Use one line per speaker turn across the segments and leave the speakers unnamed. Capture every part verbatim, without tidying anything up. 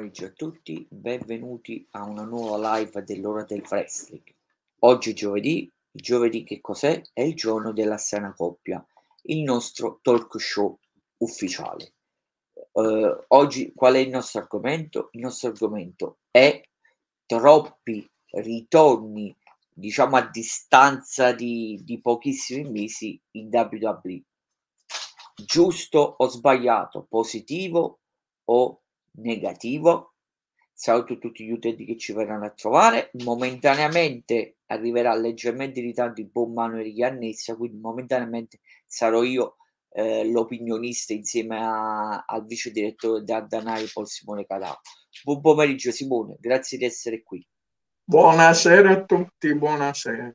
pomeriggio a tutti, benvenuti a una nuova live dell'Ora del Wrestling. Oggi è giovedì, il giovedì che cos'è? È il giorno della sana coppia, il nostro talk show ufficiale. Uh, oggi qual è il nostro argomento? Il nostro argomento è troppi ritorni, diciamo a distanza di, di pochissimi mesi in W W E. Giusto o sbagliato, positivo o negativo? Saluto tutti gli utenti che ci verranno a trovare. Momentaneamente arriverà leggermente in ritardo il buon Manuel Iannessa, quindi momentaneamente sarò io eh, l'opinionista insieme a, al vice direttore da Danai, Paul Simone Cadà. Buon pomeriggio Simone, grazie di essere qui.
Buonasera a tutti, buonasera.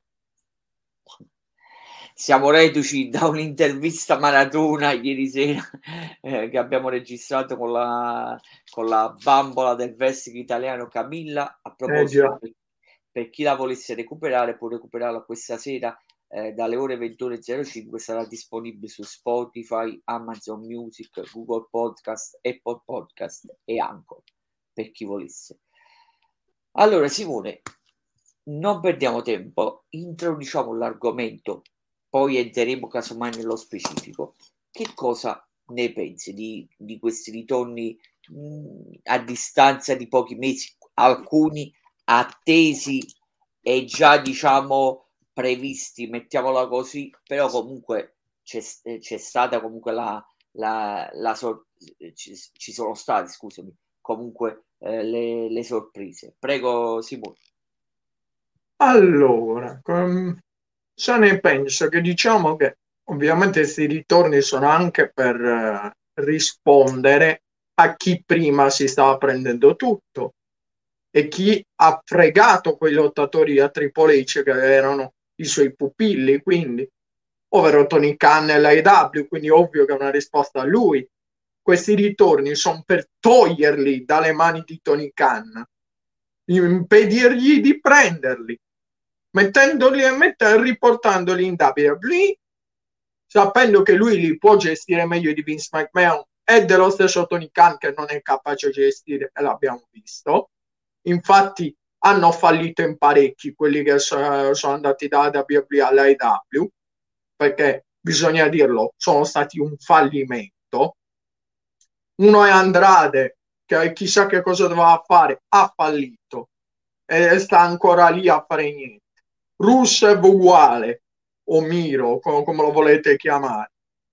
Siamo reduci da un'intervista maratona ieri sera eh, che abbiamo registrato con la, con la bambola del wrestling italiano Camilla. A proposito,
Eh
per, per chi la volesse recuperare, può recuperarla questa sera eh, dalle ore ventuno e zero cinque. Sarà disponibile su Spotify, Amazon Music, Google Podcast, Apple Podcast e Anchor, per chi volesse. Allora Simone, non perdiamo tempo, introduciamo l'argomento, poi entreremo casomai nello specifico. Che cosa ne pensi di, di questi ritorni mh, a distanza di pochi mesi, alcuni attesi e già diciamo previsti, mettiamola così, però comunque c'è, c'è stata comunque la, la, la sor- ci, ci sono stati, scusami, comunque eh, le, le sorprese. Prego Simone.
Allora, com- se ne penso che diciamo che ovviamente questi ritorni sono anche per eh, rispondere a chi prima si stava prendendo tutto e chi ha fregato quei lottatori da Triple H che erano i suoi pupilli, quindi, ovvero Tony Khan e l'A E W, quindi ovvio che è una risposta a lui. Questi ritorni sono per toglierli dalle mani di Tony Khan, impedirgli di prenderli, mettendoli e mett- riportandoli in W W E, sapendo che lui li può gestire meglio di Vince McMahon e dello stesso Tony Khan che non è capace di gestire, e l'abbiamo visto. Infatti hanno fallito in parecchi quelli che so, sono andati da W W E all'A E W, perché bisogna dirlo, sono stati un fallimento. Uno è Andrade, che chissà che cosa doveva fare, ha fallito e sta ancora lì a fare niente. Rusev uguale, o Miro, com- come lo volete chiamare.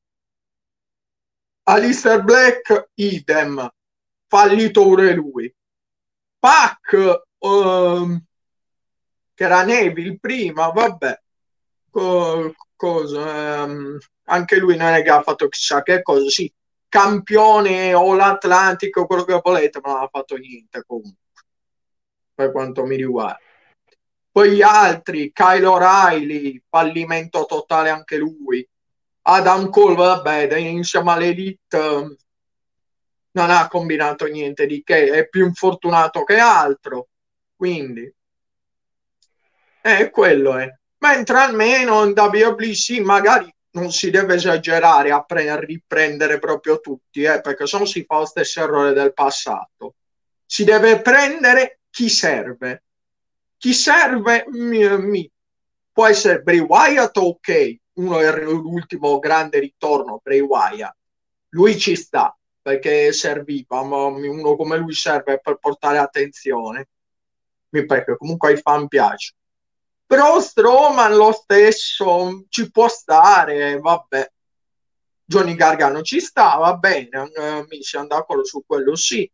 Alistair Black, idem, fallito pure lui. Pac, um, che era Neville prima, vabbè, co- cosa, um, anche lui non è che ha fatto chissà che cosa, sì, campione o l'Atlantico, quello che volete, ma non ha fatto niente comunque, per quanto mi riguarda. Poi gli altri, Kyle O'Reilly, fallimento totale anche lui. Adam Cole, vabbè, insieme all'Elite non ha combinato niente di che, è più infortunato che altro, quindi eh, quello è. Mentre almeno in W W E sì, magari non si deve esagerare a pre- riprendere proprio tutti, eh, perché se no si fa lo stesso errore del passato. Si deve prendere chi serve. Chi serve mi, mi. Può essere Bray Wyatt, ok, uno è l'ultimo grande ritorno, Bray Wyatt. Lui ci sta, perché serviva, ma uno come lui serve per portare attenzione, perché comunque ai fan piace. Però Strowman lo stesso ci può stare, vabbè. Johnny Gargano ci sta, va bene, eh, mi siamo d'accordo su quello, sì.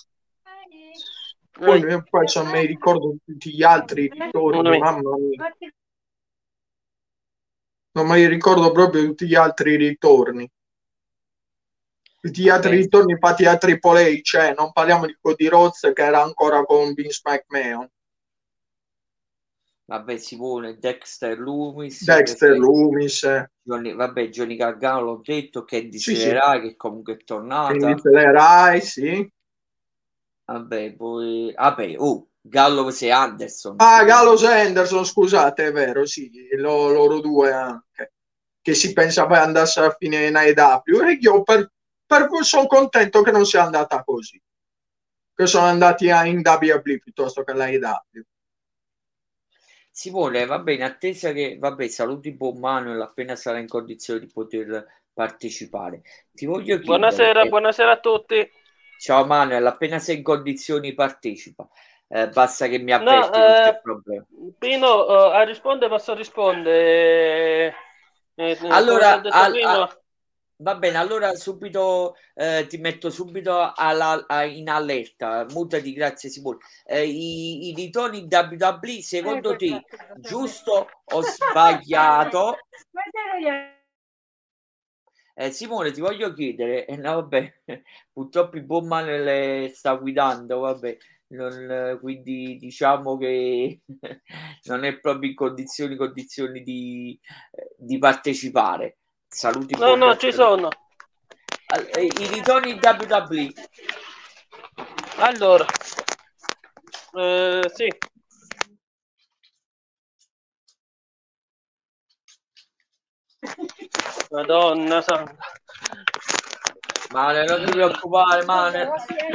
Poi, poi se mi ricordo tutti gli altri ritorni, mamma mia. Non mi ricordo proprio tutti gli altri ritorni. Tutti gli altri
Vabbè,
ritorni infatti a Triple H, cioè, non parliamo di Cody Rhodes che era ancora con Vince McMahon.
vabbè Simone, Dexter Loomis, per
Dexter
esempio.
Loomis. Eh.
Johnny, vabbè, Johnny Gargano l'ho detto,
Sì,
Candice
sì.
LeRae che comunque è
Quindi
tornata.
Rai, sì.
Vabbè, poi... Vabbè, oh, Gallows e Anderson.
Ah,
Simone.
Gallows e Anderson, scusate, è vero, sì, lo- loro due anche, che si pensava andasse a fine in A E W, e io per, per sono contento che non sia andata così. che sono andati in W W E piuttosto che alla A E W.
Simone, va bene, attesa che, vabbè, saluti buon Manuel appena sarà in condizione di poter partecipare. Ti voglio chiedere...
Buonasera,
eh,
buonasera a tutti.
Ciao Manuel, appena sei in condizioni partecipa. Eh, basta che mi
No,
avverti, non c'è
eh,
problema.
Pino, eh, a rispondere posso rispondere. Eh, eh, come ti ho
Allora,
detto
al-
prima,
a- va bene, allora subito eh, ti metto subito alla- a- in allerta. Mutati, grazie Simone. Eh, i, i ritorni in W W E, secondo te, giusto o sbagliato? Eh, Simone, ti voglio chiedere, eh, no, vabbè, purtroppo il buon Manuel sta guidando, vabbè, non- quindi diciamo che non è proprio in condizioni, condizioni di, eh, di partecipare. Saluti,
no,
buon
no, ci sono.
All- eh, I ritorni in W W E.
Allora, eh, sì. Madonna santa.
Mane, non ti preoccupare, Mane.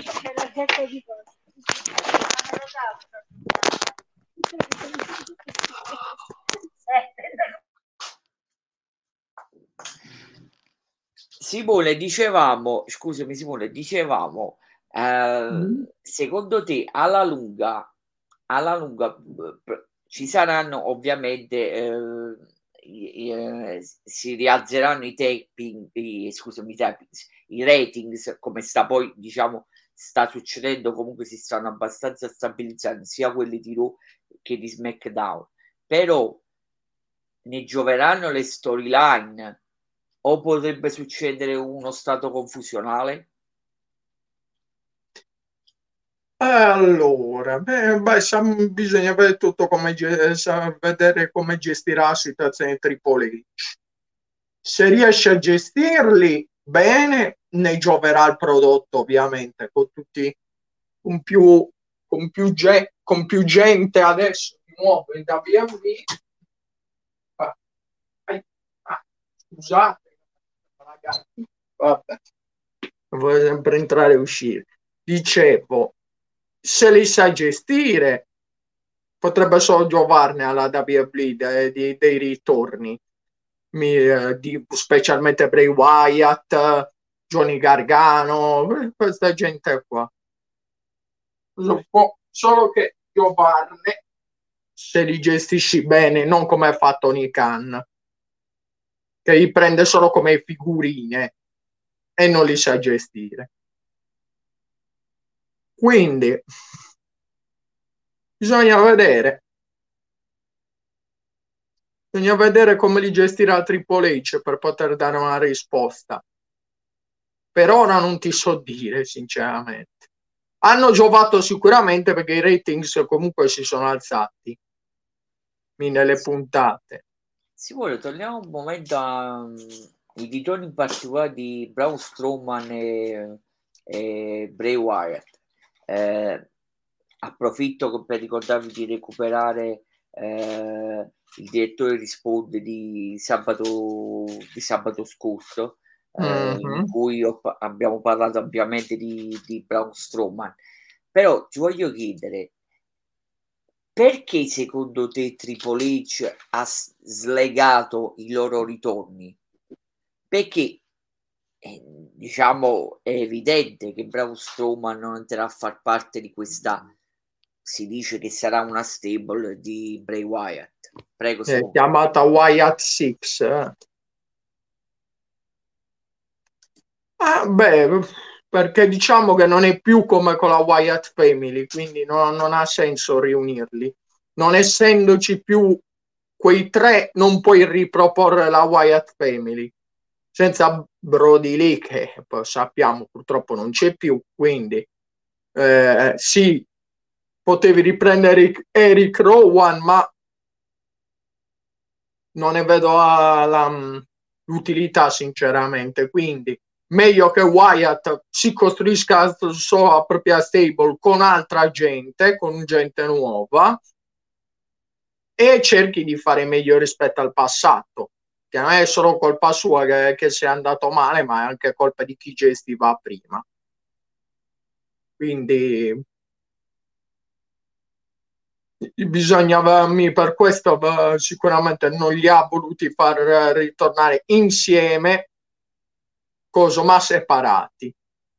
Simone, dicevamo, scusami Simone, dicevamo, eh,
Mm.
secondo te alla lunga, alla lunga p- ci saranno ovviamente, eh, i- i- eh, si rialzeranno i tapping, i, scusami, i, tappings, i ratings, come sta poi, diciamo, sta succedendo, comunque si stanno abbastanza stabilizzando, sia quelli di Raw che di SmackDown, però ne gioveranno le storyline o potrebbe succedere uno stato confusionale?
Allora, beh, beh, sam- bisogna vedere tutto come, ge- sa- vedere come gestirà la situazione Triple H. Se riesce a gestirli bene, ne gioverà il prodotto, ovviamente, con tutti con più, con più, ge- con più gente adesso di nuovo in W W E. Ah, ah, scusate, ragazzi, vabbè, voglio sempre entrare e uscire. Dicevo, se li sa gestire, potrebbe solo giovarne alla W W E dei, dei, dei ritorni, Mi, eh, di, specialmente Bray Wyatt, Johnny Gargano, questa gente qua. Lo può solo che giovarne se li gestisci bene, non come ha fatto Nick Khan, che li prende solo come figurine e non li sa gestire. Quindi bisogna vedere. Bisogna vedere come li gestirà Triple H per poter dare una risposta. Per ora non ti so dire, sinceramente. Hanno giovato sicuramente perché i ratings comunque si sono alzati nelle puntate.
Simone, torniamo un momento ai ritorni in particolare di Braun Strowman e, e Bray Wyatt. Eh, approfitto per ricordarvi di recuperare eh, il direttore risponde di sabato, di sabato scorso, eh,
Mm-hmm.
in cui ho, abbiamo parlato ampiamente di, di Braun Strowman. Però ti voglio chiedere, perché secondo te Triple H ha slegato i loro ritorni? Perché eh, diciamo è evidente che Braun Strowman non entrerà a far parte di questa, si dice che sarà una stable di Bray Wyatt. Prego,
È
Simone.
chiamata Wyatt sei. Eh. Ah, beh, perché diciamo che non è più come con la Wyatt Family, quindi non, non ha senso riunirli. Non essendoci più quei tre, non puoi riproporre la Wyatt Family. Senza Brody Lee, che poi sappiamo purtroppo non c'è più, quindi eh, sì, potevi riprendere Eric, Eric Rowan, ma non ne vedo la, la, l'utilità sinceramente, quindi meglio che Wyatt si costruisca solo la propria stable con altra gente, con gente nuova e cerchi di fare meglio rispetto al passato, che non è solo colpa sua che, che sia andato male, ma è anche colpa di chi gestiva prima. quindi bisogna, per questo sicuramente non li ha voluti far ritornare insieme, cosa, ma separati.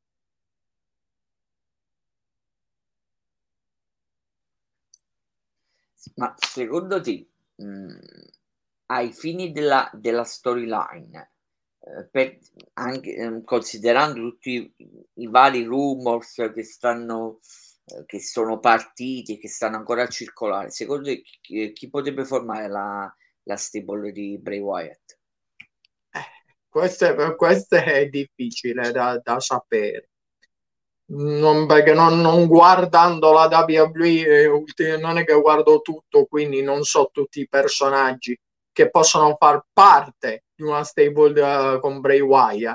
Ma secondo te, mh, ai fini della, della storyline, eh, per, anche eh, considerando tutti i, i vari rumors che stanno eh, che sono partiti, che stanno ancora a circolare, secondo te chi, chi potrebbe formare la, la stable di Bray Wyatt?
Eh, questo, è, questo è difficile da, da sapere. Non, perché non, non guardando la W W E non è che guardo tutto, quindi non so tutti i personaggi che possono far parte di una stable uh, con Bray Wyatt.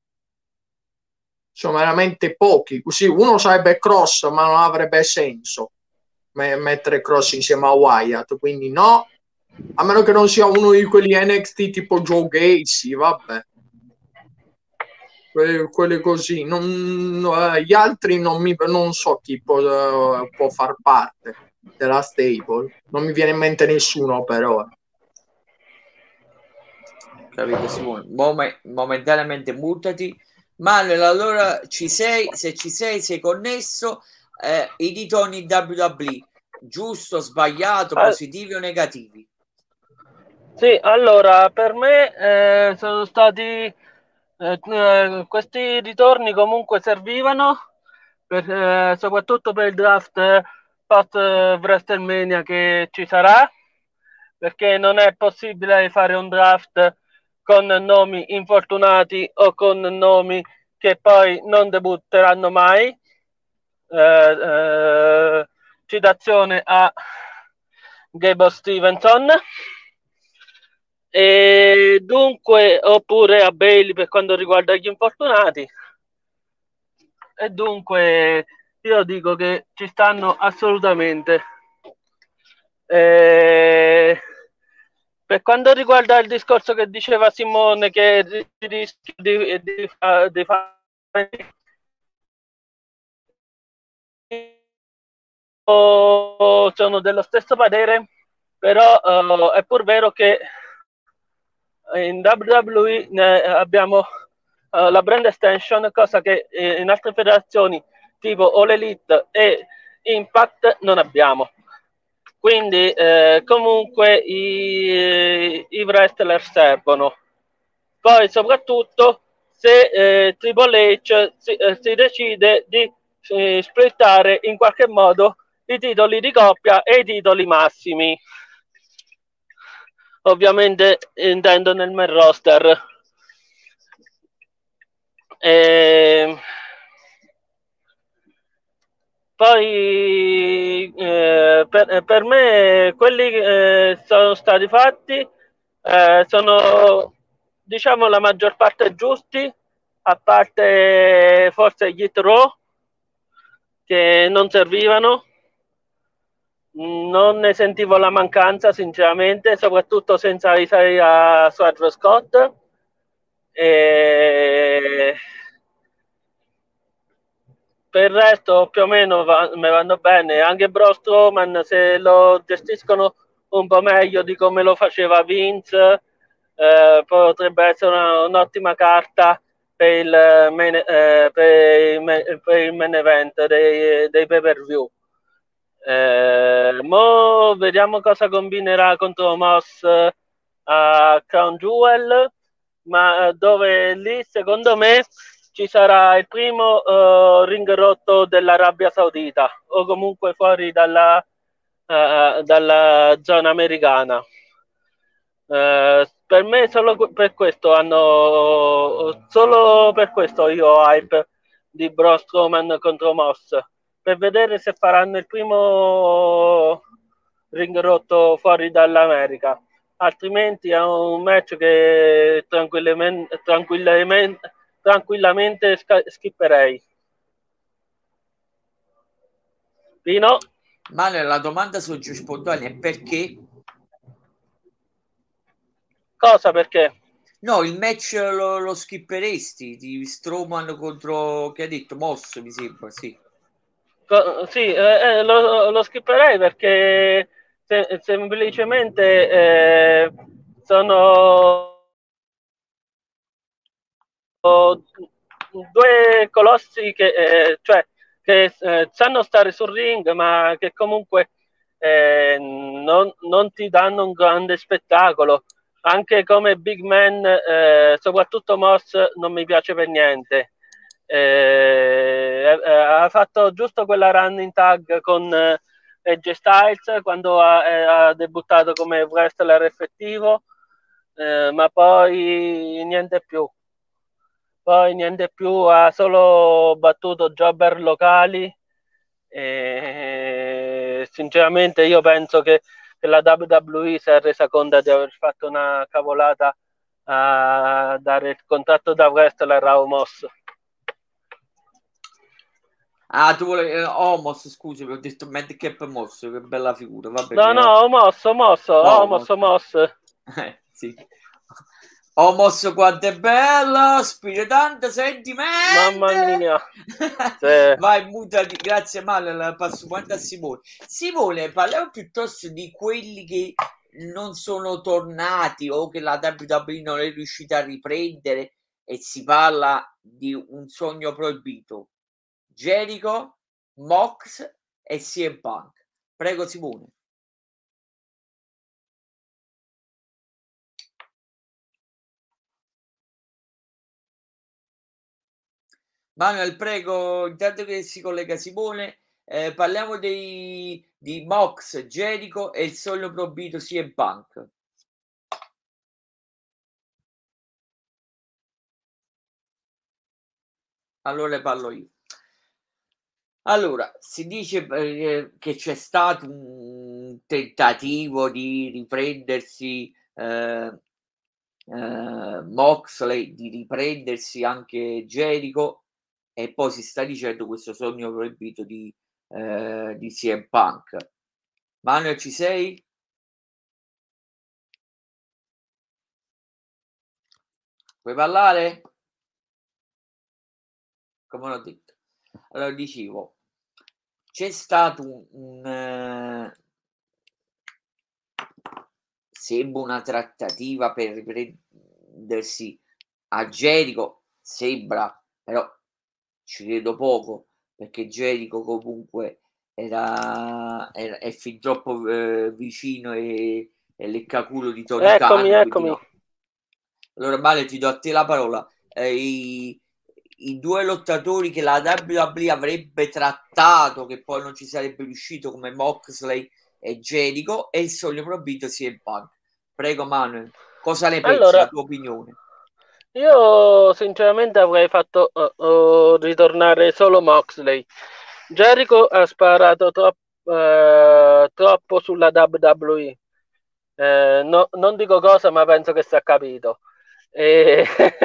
Sono veramente pochi. Così uno sarebbe Cross, ma non avrebbe senso me- mettere Cross insieme a Wyatt, quindi no, a meno che non sia uno di quelli N X T tipo Joe Gacy, vabbè. Que- quelle così, non, eh, gli altri non, mi, non so chi può, eh, può far parte della stable, non mi viene in mente nessuno però.
Capito Simone? Mom- momentaneamente mutati. Manuel, allora ci sei? Se ci sei, sei connesso. Eh, I ditoni W W E, giusto, sbagliato,
Al-
positivi o negativi?
Sì, allora per me eh, sono stati eh, eh, questi ritorni comunque servivano per, eh, soprattutto per il draft eh, post eh, WrestleMania che ci sarà, perché non è possibile fare un draft con nomi infortunati o con nomi che poi non debutteranno mai. Eh, eh, citazione a Gable Stevenson. E dunque, oppure a Bailey per quanto riguarda gli infortunati. E dunque io dico che ci stanno assolutamente. E per quanto riguarda il discorso che diceva Simone, che rischia di, di, di fare, sono dello stesso parere, però uh, è pur vero che in W W E ne abbiamo uh, la brand extension, cosa che in altre federazioni tipo All Elite e Impact non abbiamo. Quindi eh, comunque i, i wrestler servono. Poi soprattutto se eh, Triple H si, eh, si decide di eh, splittare in qualche modo i titoli di coppia e i titoli massimi. Ovviamente intendo nel main roster. E poi eh, per, per me quelli che eh, sono stati fatti eh, sono, diciamo, la maggior parte giusti, a parte forse gli throw che non servivano. Non ne sentivo la mancanza sinceramente, soprattutto senza Isaiah Squadro Scott. E per il resto più o meno va, mi vanno bene. Anche Braun Strowman, se lo gestiscono un po' meglio di come lo faceva Vince, eh, potrebbe essere una, un'ottima carta per il main, eh, per il main, per il main event dei, dei pay per view. Eh, mo vediamo cosa combinerà contro Moss a Crown Jewel, ma dove lì secondo me ci sarà il primo uh, ring rotto dell'Arabia Saudita o comunque fuori dalla, uh, dalla zona americana. Uh, per me solo per questo hanno solo per questo io ho hype di Braun Strowman contro Moss, per vedere se faranno il primo ring rotto fuori dall'America, altrimenti è un match che tranquillamente, tranquillamente, tranquillamente skipperei. Pino?
Manuel, la domanda su giù spontanea è perché?
Cosa perché?
No, il match lo, lo skipperesti di Strowman contro, che ha detto, Moss, mi sembra, sì.
Sì, eh, lo, lo skipperei perché se, semplicemente eh, sono due colossi che, eh, cioè, che eh, sanno stare sul ring, ma che comunque eh, non, non ti danno un grande spettacolo. Anche come Big Man, eh, soprattutto Moss, non mi piace per niente. Eh, eh, ha fatto giusto quella running tag con eh, A J Styles quando ha, eh, ha debuttato come wrestler effettivo, eh, ma poi niente più. Poi niente più, ha solo battuto jobber locali e sinceramente io penso che, che la W W E si è resa conto di aver fatto una cavolata a dare il contratto da wrestler a Omos.
Ah, tu volevi eh, Omos, scusi, ho detto Madcap Moss, che bella figura. Vabbè,
No,
che
no, Omos, Omos, Omos, Omos.
Eh, sì. Omos quanto è bello, spiritante sentimento.
Mamma mia. Sì.
Vai, mutati, grazie male, la passo quanto a Simone. Simone, parliamo piuttosto di quelli che non sono tornati o che la W W E non è riuscita a riprendere e si parla di un sogno proibito. Jericho, Mox e C M Punk. Prego Simone. Manuel, prego, intanto che si collega Simone, eh, parliamo dei, di Mox, Jericho e il sogno proibito C M Punk. Allora ne parlo io. Allora, si dice eh, che c'è stato un tentativo di riprendersi eh, eh, Moxley, di riprendersi anche Jericho, e poi si sta dicendo questo sogno proibito di, eh, di C M Punk. Manuel, ci sei? Puoi parlare? Come l'ho detto. Allora, dicevo, c'è stato un, un eh, sembra una trattativa per riprendersi a Jericho, sembra, però ci credo poco, perché Jericho comunque era, era è fin troppo eh, vicino e, e leccaculo di Tony
Eccomi,
Khan,
eccomi.
no. Allora Male, ti do a te la parola. Eh, i, i due lottatori che la W W E avrebbe trattato, che poi non ci sarebbe riuscito, come Moxley e Jericho, e il sogno proibito C M Punk. Prego Manuel, cosa ne pensi,
Allora,
la tua opinione?
io sinceramente avrei fatto uh, uh, ritornare solo Moxley. Jericho ha sparato tro- uh, troppo sulla W W E. Eh, no, non dico cosa, ma penso che si è capito. E,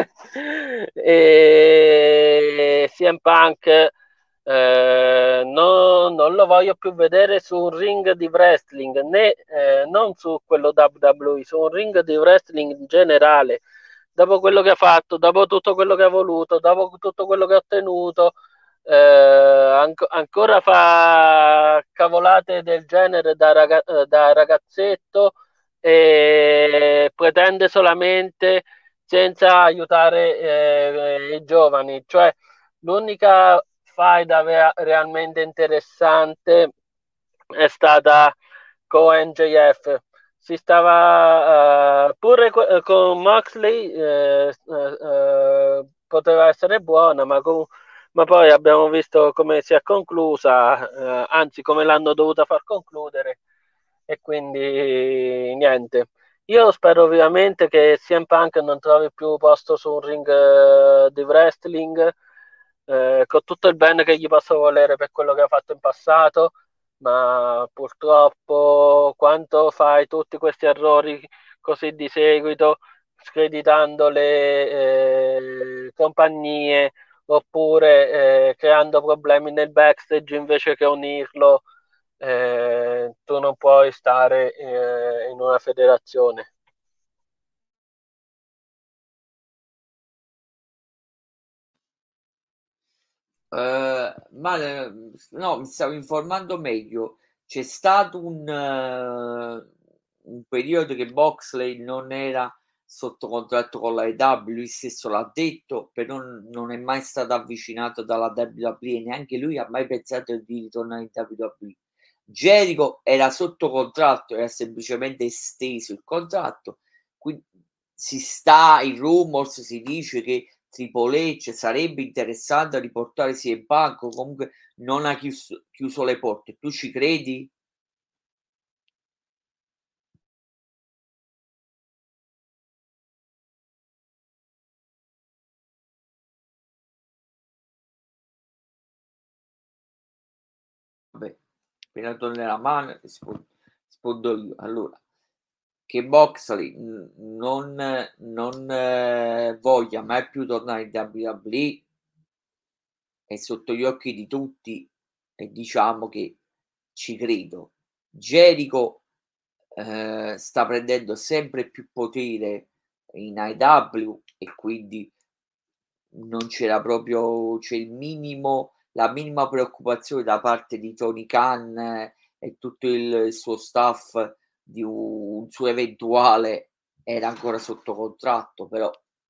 e C M Punk eh, no, non lo voglio più vedere su un ring di wrestling, né eh, non su quello W W E, su un ring di wrestling in generale. Dopo quello che ha fatto, dopo tutto quello che ha voluto, dopo tutto quello che ha ottenuto, eh, anc- ancora fa cavolate del genere da, raga- da ragazzetto e pretende solamente senza aiutare eh, i giovani. Cioè, l'unica faida rea- realmente interessante è stata con N J F. Si stava uh, pure co- con Moxley, eh, eh, poteva essere buona, ma, con, ma poi abbiamo visto come si è conclusa, eh, anzi come l'hanno dovuta far concludere, e quindi niente. Io spero ovviamente che C M Punk non trovi più posto su un ring uh, di wrestling, eh, con tutto il bene che gli posso volere per quello che ha fatto in passato, ma purtroppo quando fai tutti questi errori così di seguito, screditando le eh, compagnie oppure eh, creando problemi nel backstage invece che unirlo, eh, tu non puoi stare eh, in una federazione.
Uh, ma no, mi stavo informando meglio. C'è stato un, uh, un periodo che Moxley non era sotto contratto con la A E W, lui stesso l'ha detto, però non, non è mai stato avvicinato dalla W W E, neanche lui ha mai pensato di ritornare in W W E. Jericho era sotto contratto, era semplicemente esteso il contratto, quindi si sta, in rumors si dice che Triple H sarebbe interessante a riportare C M Punk, o comunque non ha chiuso, chiuso le porte. Tu ci credi? Vabbè, appena tornerà mano rispondo io. Allora, che Moxley non, non eh, voglia mai più tornare in W W E è sotto gli occhi di tutti, e diciamo che ci credo. Jericho eh, sta prendendo sempre più potere in A E W e quindi non c'era proprio, c'è il minimo, la minima preoccupazione da parte di Tony Khan e tutto il, il suo staff di un, un suo eventuale, era ancora sotto contratto, però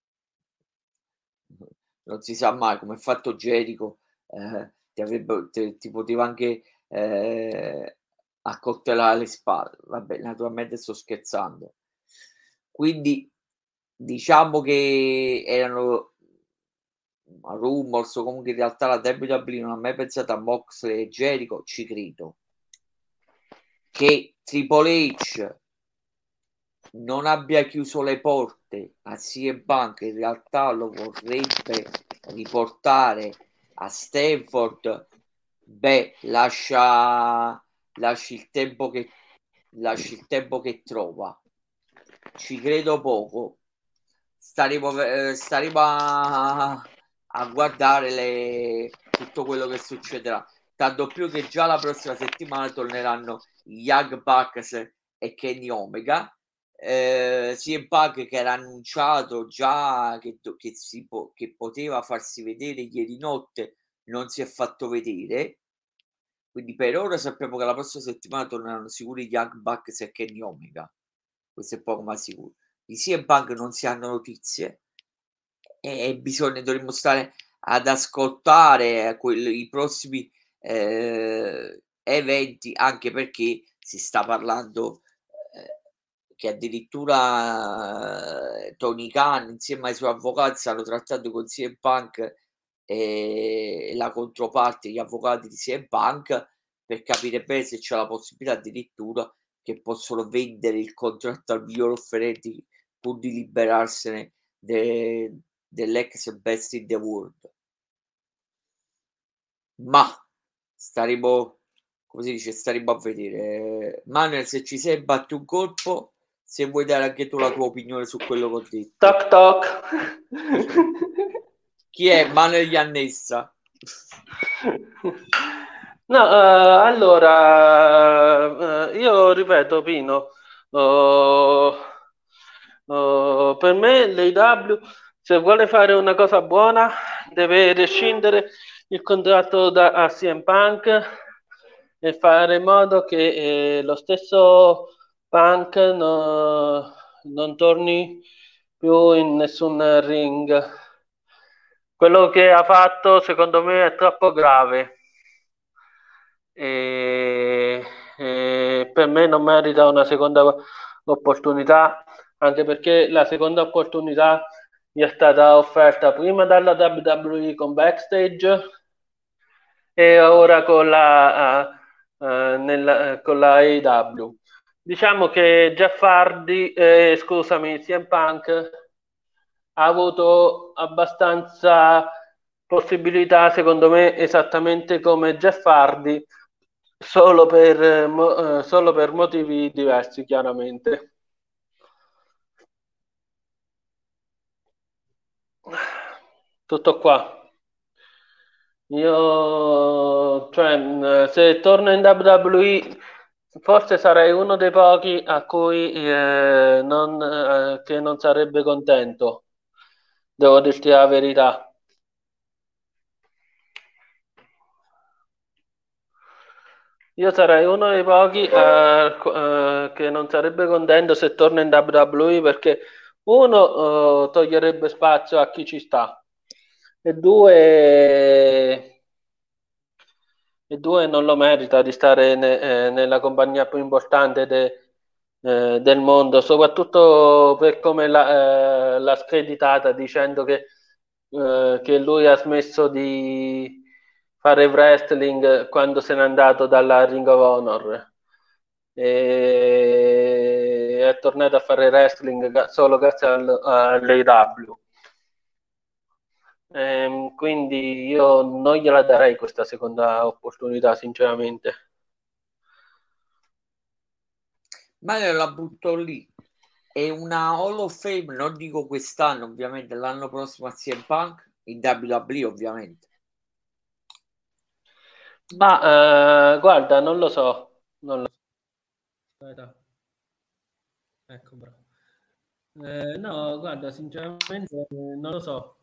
non si sa mai, come ha fatto Jericho, eh, ti, avrebbe, ti, ti poteva anche eh, accoltellare le spalle. Vabbè, naturalmente sto scherzando. Quindi diciamo che erano rumors, o comunque in realtà la W W E non ha mai pensato a Moxley e Jericho. Ci credo. Che Triple H non abbia chiuso le porte a C M Punk, in realtà lo vorrebbe riportare a Stanford, beh, lascia lasci il tempo che lasci il tempo che trova. Ci credo poco. Staremo, eh, staremo a, a guardare le, tutto quello che succederà, tanto più che già la prossima settimana torneranno i Young Bucks e Kenny Omega. Eh, C M Punk, che era annunciato già che, che, si po- che poteva farsi vedere ieri notte, non si è fatto vedere, quindi per ora sappiamo che la prossima settimana torneranno sicuri gli Young Bucks e Kenny Omega, questo è poco ma sicuro. Di C M Punk non si hanno notizie e, e bisogna, dovremmo stare ad ascoltare quelli, i prossimi eh, eventi, anche perché si sta parlando che addirittura eh, Tony Khan insieme ai suoi avvocati stanno trattando con C M Punk e la controparte, gli avvocati di C M Punk, per capire bene se c'è la possibilità addirittura che possono vendere il contratto al miglior offerente pur di liberarsene de, dell'ex best in the world. Ma staremo, come si dice, staremo a vedere. Manuel, se ci sei, batti un colpo, se vuoi dare anche tu la tua opinione su quello che ho detto.
Toc toc.
Chi è Manuel Iannessa?
No, uh, allora uh, io ripeto, Pino, uh, uh, per me l'A E W, se vuole fare una cosa buona, deve rescindere il contratto da, a C M Punk e fare in modo che eh, lo stesso Punk no, non torni più in nessun ring. Quello che ha fatto secondo me è troppo grave e, e per me non merita una seconda opportunità, anche perché la seconda opportunità gli è stata offerta prima dalla W W E con Backstage e ora con la, uh, uh, nella, uh, con la A E W. Diciamo che Jeff Hardy, eh, scusami, C M Punk ha avuto abbastanza possibilità, secondo me, esattamente come Jeff Hardy, solo per, eh, solo per motivi diversi, chiaramente. Tutto qua. Io, cioè, se torno in W W E, forse sarei uno dei pochi a cui eh, non, eh, che non sarebbe contento. Devo dirti la verità. io sarei uno dei pochi eh, co- eh, che non sarebbe contento se torna in W W E perché uno eh, toglierebbe spazio a chi ci sta e due, e due non lo merita di stare ne- eh, nella compagnia più importante de- eh, del mondo, soprattutto per come l'ha eh, l'ha screditata dicendo che, eh, che lui ha smesso di fare wrestling quando se n'è andato dalla Ring of Honor e è tornato a fare wrestling ga- solo grazie al- all'A E W. Ehm, quindi io non gliela darei questa seconda opportunità, sinceramente.
Ma io la butto lì. È una Hall of Fame, non dico quest'anno, ovviamente, l'anno prossimo a C M Punk, in W W E ovviamente.
Ma eh, guarda, non lo so. Non lo
Aspetta. Ecco, bravo. Eh, no, guarda, sinceramente eh, non lo so,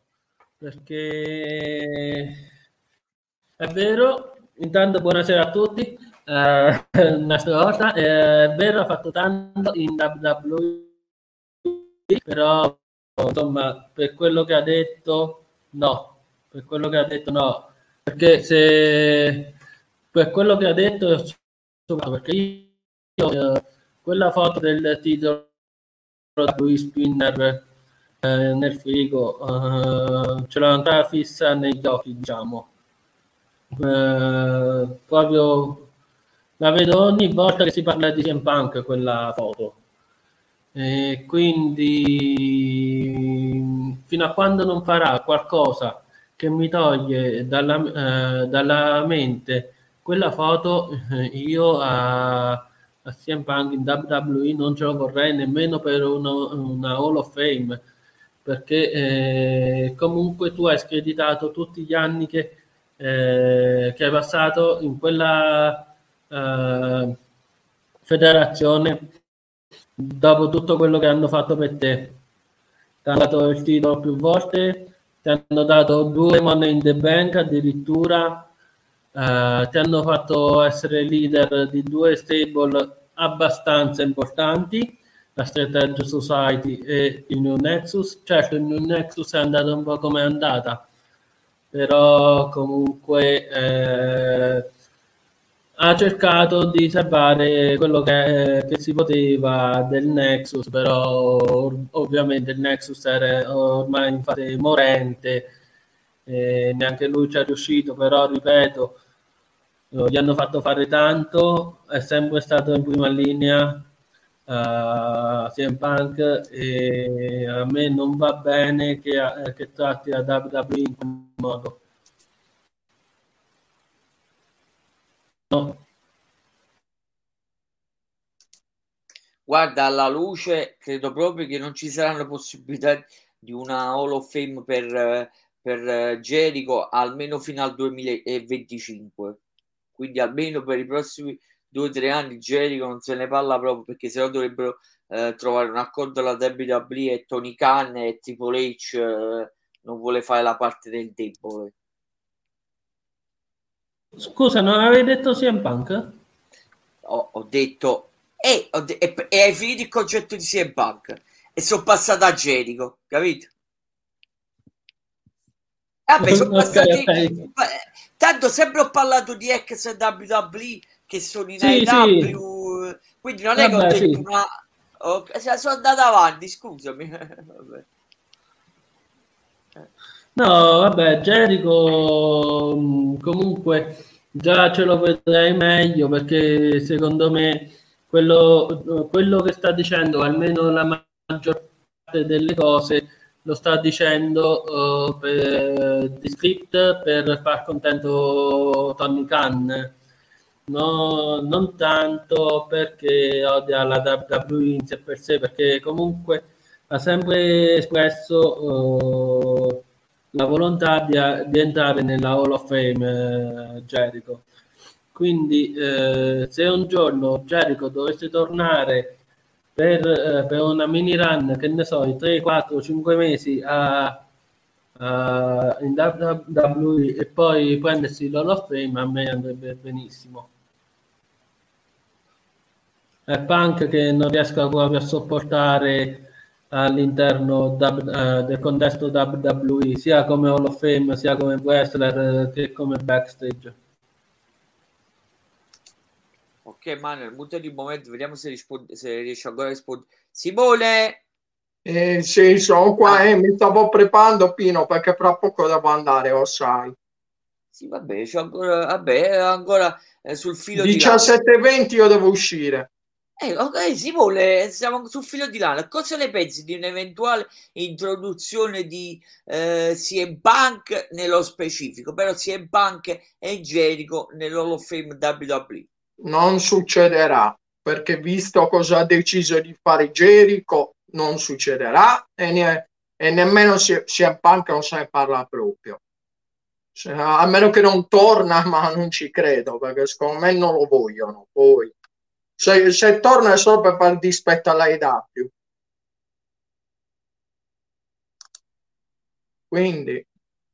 perché è vero, intanto buonasera a tutti, eh, un'altra volta, eh, è vero, ha fatto tanto in W W E, però insomma, per quello che ha detto, no, per quello che ha detto no, perché se per quello che ha detto, perché io, eh, quella foto del titolo lui spinner eh, nel frigo eh, ce l'ho ancora fissa negli occhi, diciamo. Eh, proprio la vedo ogni volta che si parla di C M Punk quella foto. E quindi fino a quando non farà qualcosa che mi toglie dalla, eh, dalla mente quella foto, eh, io a, a C M Punk in W W E non ce lo vorrei nemmeno per uno, una Hall of Fame, perché eh, comunque tu hai screditato tutti gli anni che, eh, che hai passato in quella eh, federazione dopo tutto quello che hanno fatto per te. Ti hanno dato il titolo più volte, ti hanno dato due Money in the Bank addirittura, eh, ti hanno fatto essere leader di due stable abbastanza importanti, la Straight Edge Society e il New Nexus. Certo, il New Nexus è andato un po' come è andata, però comunque eh, ha cercato di salvare quello che, che si poteva del Nexus, però ov- ovviamente il Nexus era ormai in fase morente, e neanche lui ci è riuscito, però ripeto, eh, gli hanno fatto fare tanto, è sempre stato in prima linea uh, C M Punk, e a me non va bene che, che tratti la W W E in quel modo. No.
Guarda, alla luce credo proprio che non ci saranno possibilità di una Hall of Fame per, per Jericho almeno fino al duemilaventicinque, quindi almeno per i prossimi due o tre anni Jericho non se ne parla proprio, perché sennò dovrebbero eh, trovare un accordo alla W W E e Tony Khan e Triple H eh, non vuole fare la parte del debole.
Scusa, non avevi detto C M Punk?
Ho, ho detto e, ho de- e, e hai finito il concetto di C M Punk e sono passato a Jericho, capito? Vabbè, sono
Ok,
passati
ok.
tanto sempre ho parlato di ex W W E che sono in
Sì,
A E W,
sì.
quindi non è che ho
Vabbè,
detto
sì.
una ok, sono andato avanti, scusami. Vabbè.
No, vabbè, Jericho mh, comunque già ce lo vedrei meglio, perché secondo me quello, quello che sta dicendo, almeno la maggior parte delle cose, lo sta dicendo uh, per, di script per far contento Tony Khan. No, non tanto perché odia la W W E in sé per sé, perché comunque ha sempre espresso uh, la volontà di, di entrare nella Hall of Fame, eh, Jericho. Quindi eh, se un giorno Jericho dovesse tornare per, eh, per una mini run, che ne so, i tre, quattro, cinque mesi a, a, in W W E e poi prendersi l'Hall of Fame, a me andrebbe benissimo. è Punk che non riesco proprio a sopportare all'interno da, eh, del contesto W W E, sia come Hall of Fame, sia come wrestler, eh, che come backstage.
Ok, Manuel, mutati un momento, vediamo se, risponde, se riesce ancora a rispondere. Simone!
Eh, sì, sono qua e eh, mi stavo preparando, Pino, perché fra poco devo andare, lo sai.
Sì, vabbè, c'ho ancora, vabbè, ancora eh, sul filo
diciassette e venti io devo uscire.
Eh, ok, Simone, siamo sul filo di lana. Cosa ne pensi di un'eventuale introduzione di eh, C M Punk nello specifico, però C M Punk e Jericho nell'Hall of Fame W W E?
Non succederà, perché visto cosa ha deciso di fare Jericho, non succederà e, ne, e nemmeno C M Punk non se ne parla proprio. Cioè, a meno che non torna, ma non ci credo, perché secondo me non lo vogliono. Poi, se, se torna è solo per far dispetto all'A E W. Quindi,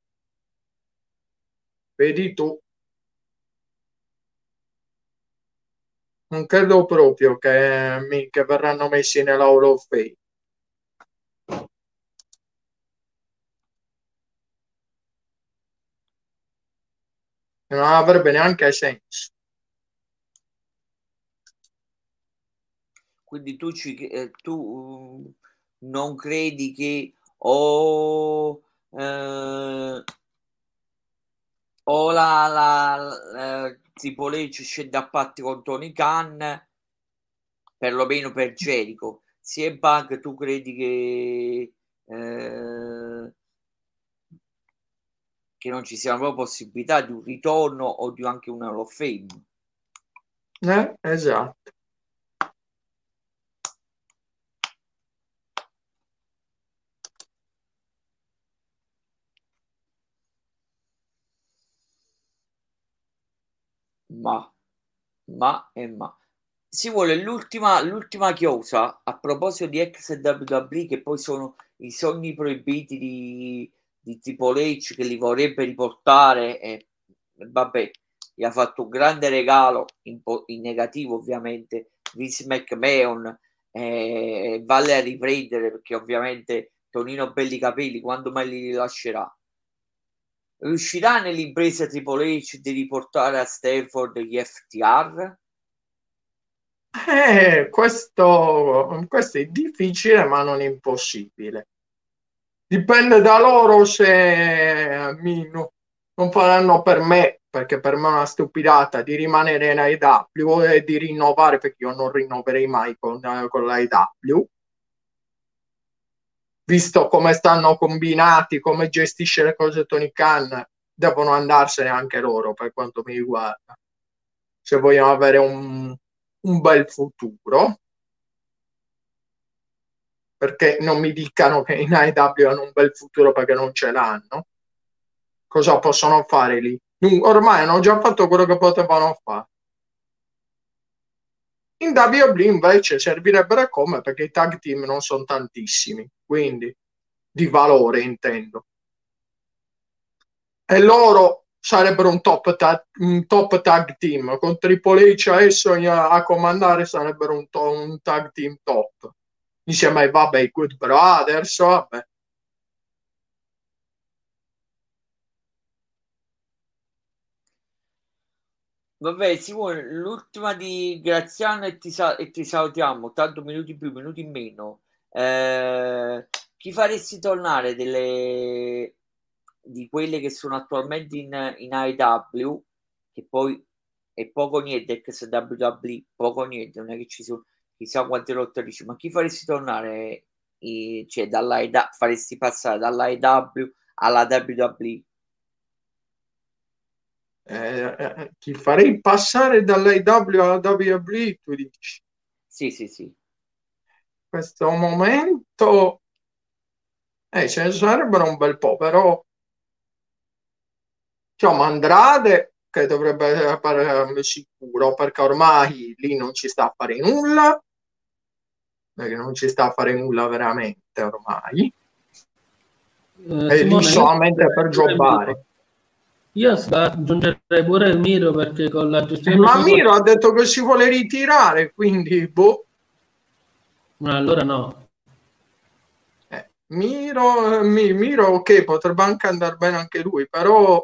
vedi tu. Non credo proprio che, che verranno messi nella Hall of Fame. Non avrebbe neanche senso.
Quindi tu, ci, eh, tu uh, non credi che o, eh, o la, la, la Triple H scende a patti con Tony Khan, perlomeno per Jericho? C M Punk, tu credi che eh, che non ci sia proprio possibilità di un ritorno o di anche un Hall of Fame?
Eh, esatto.
Ma, ma e ma. Si vuole l'ultima, l'ultima chiosa a proposito di ex W W E, che poi sono i sogni proibiti di, di Triple H, che li vorrebbe riportare, e vabbè, gli ha fatto un grande regalo in, in negativo, ovviamente, Vince McMahon, e vale a riprendere, perché ovviamente Tonino belli capelli, quando mai li rilascerà? Riuscirà nell'impresa Triple H di riportare a Stanford gli F T R?
Eh, questo, questo è difficile, ma non impossibile. Dipende da loro se mi, no, non faranno per me, perché per me è una stupidata di rimanere in A E W e di rinnovare, perché io non rinnoverei mai con, con l'A E W. Visto come stanno combinati, come gestisce le cose Tony Khan, devono andarsene anche loro, per quanto mi riguarda. Se vogliono avere un, un bel futuro. Perché non mi dicano che in A E W hanno un bel futuro perché non ce l'hanno. Cosa possono fare lì? Ormai hanno già fatto quello che potevano fare. In W W E invece servirebbero come, perché i tag team non sono tantissimi, quindi di valore intendo. E loro sarebbero un top, tag, un top tag team, con Triple H adesso a comandare sarebbero un, to- un tag team top. Insieme ai vabbè, i Good Brothers, vabbè.
Vabbè, Simone, l'ultima di Graziano e ti, sa- e ti salutiamo, tanto minuti più, minuti in meno. Eh, chi faresti tornare delle di quelle che sono attualmente in, in A E W, che poi è poco niente, ex W W E, poco niente, non è che ci sono chissà quante lottatrici, ma chi faresti tornare, i, cioè dall'A E W, faresti passare dall'A E W alla W W E?
Eh, eh, ti farei passare dall'A E W alla W W E, tu dici?
Sì, sì, sì.
Questo momento eh, ce ne sarebbero un bel po', però diciamo Andrade che dovrebbe fare sicuro, perché ormai lì non ci sta a fare nulla, perché non ci sta a fare nulla veramente ormai,
Eh,
è lì
Simone,
solamente per giocare.
Io aggiungerei pure il Miro, perché con la gestione...
Ma Miro ha detto che si vuole ritirare, quindi boh.
Ma allora no.
Eh, Miro, Mi, Miro, ok, potrebbe anche andare bene anche lui, però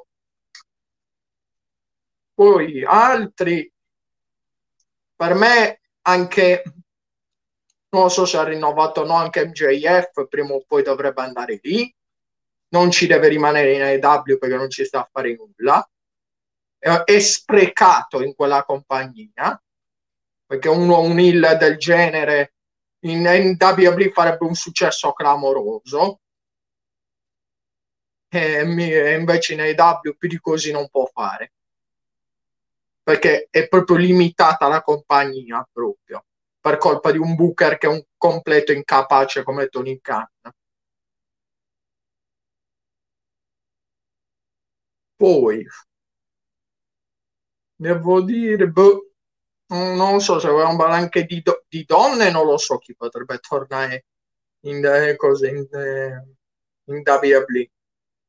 poi altri, per me anche, non so se ha rinnovato o no anche M J F, prima o poi dovrebbe andare lì, non ci deve rimanere in A E W perché non ci sta a fare nulla, è sprecato in quella compagnia, perché uno un heel del genere in, in W W E farebbe un successo clamoroso, e invece in A E W più di così non può fare, perché è proprio limitata la compagnia proprio per colpa di un booker che è un completo incapace come Tony Khan. Poi devo dire, boh, non so se vogliamo parlare anche di, do, di donne, non lo so chi potrebbe tornare in, eh, cose, in, eh, in W W E.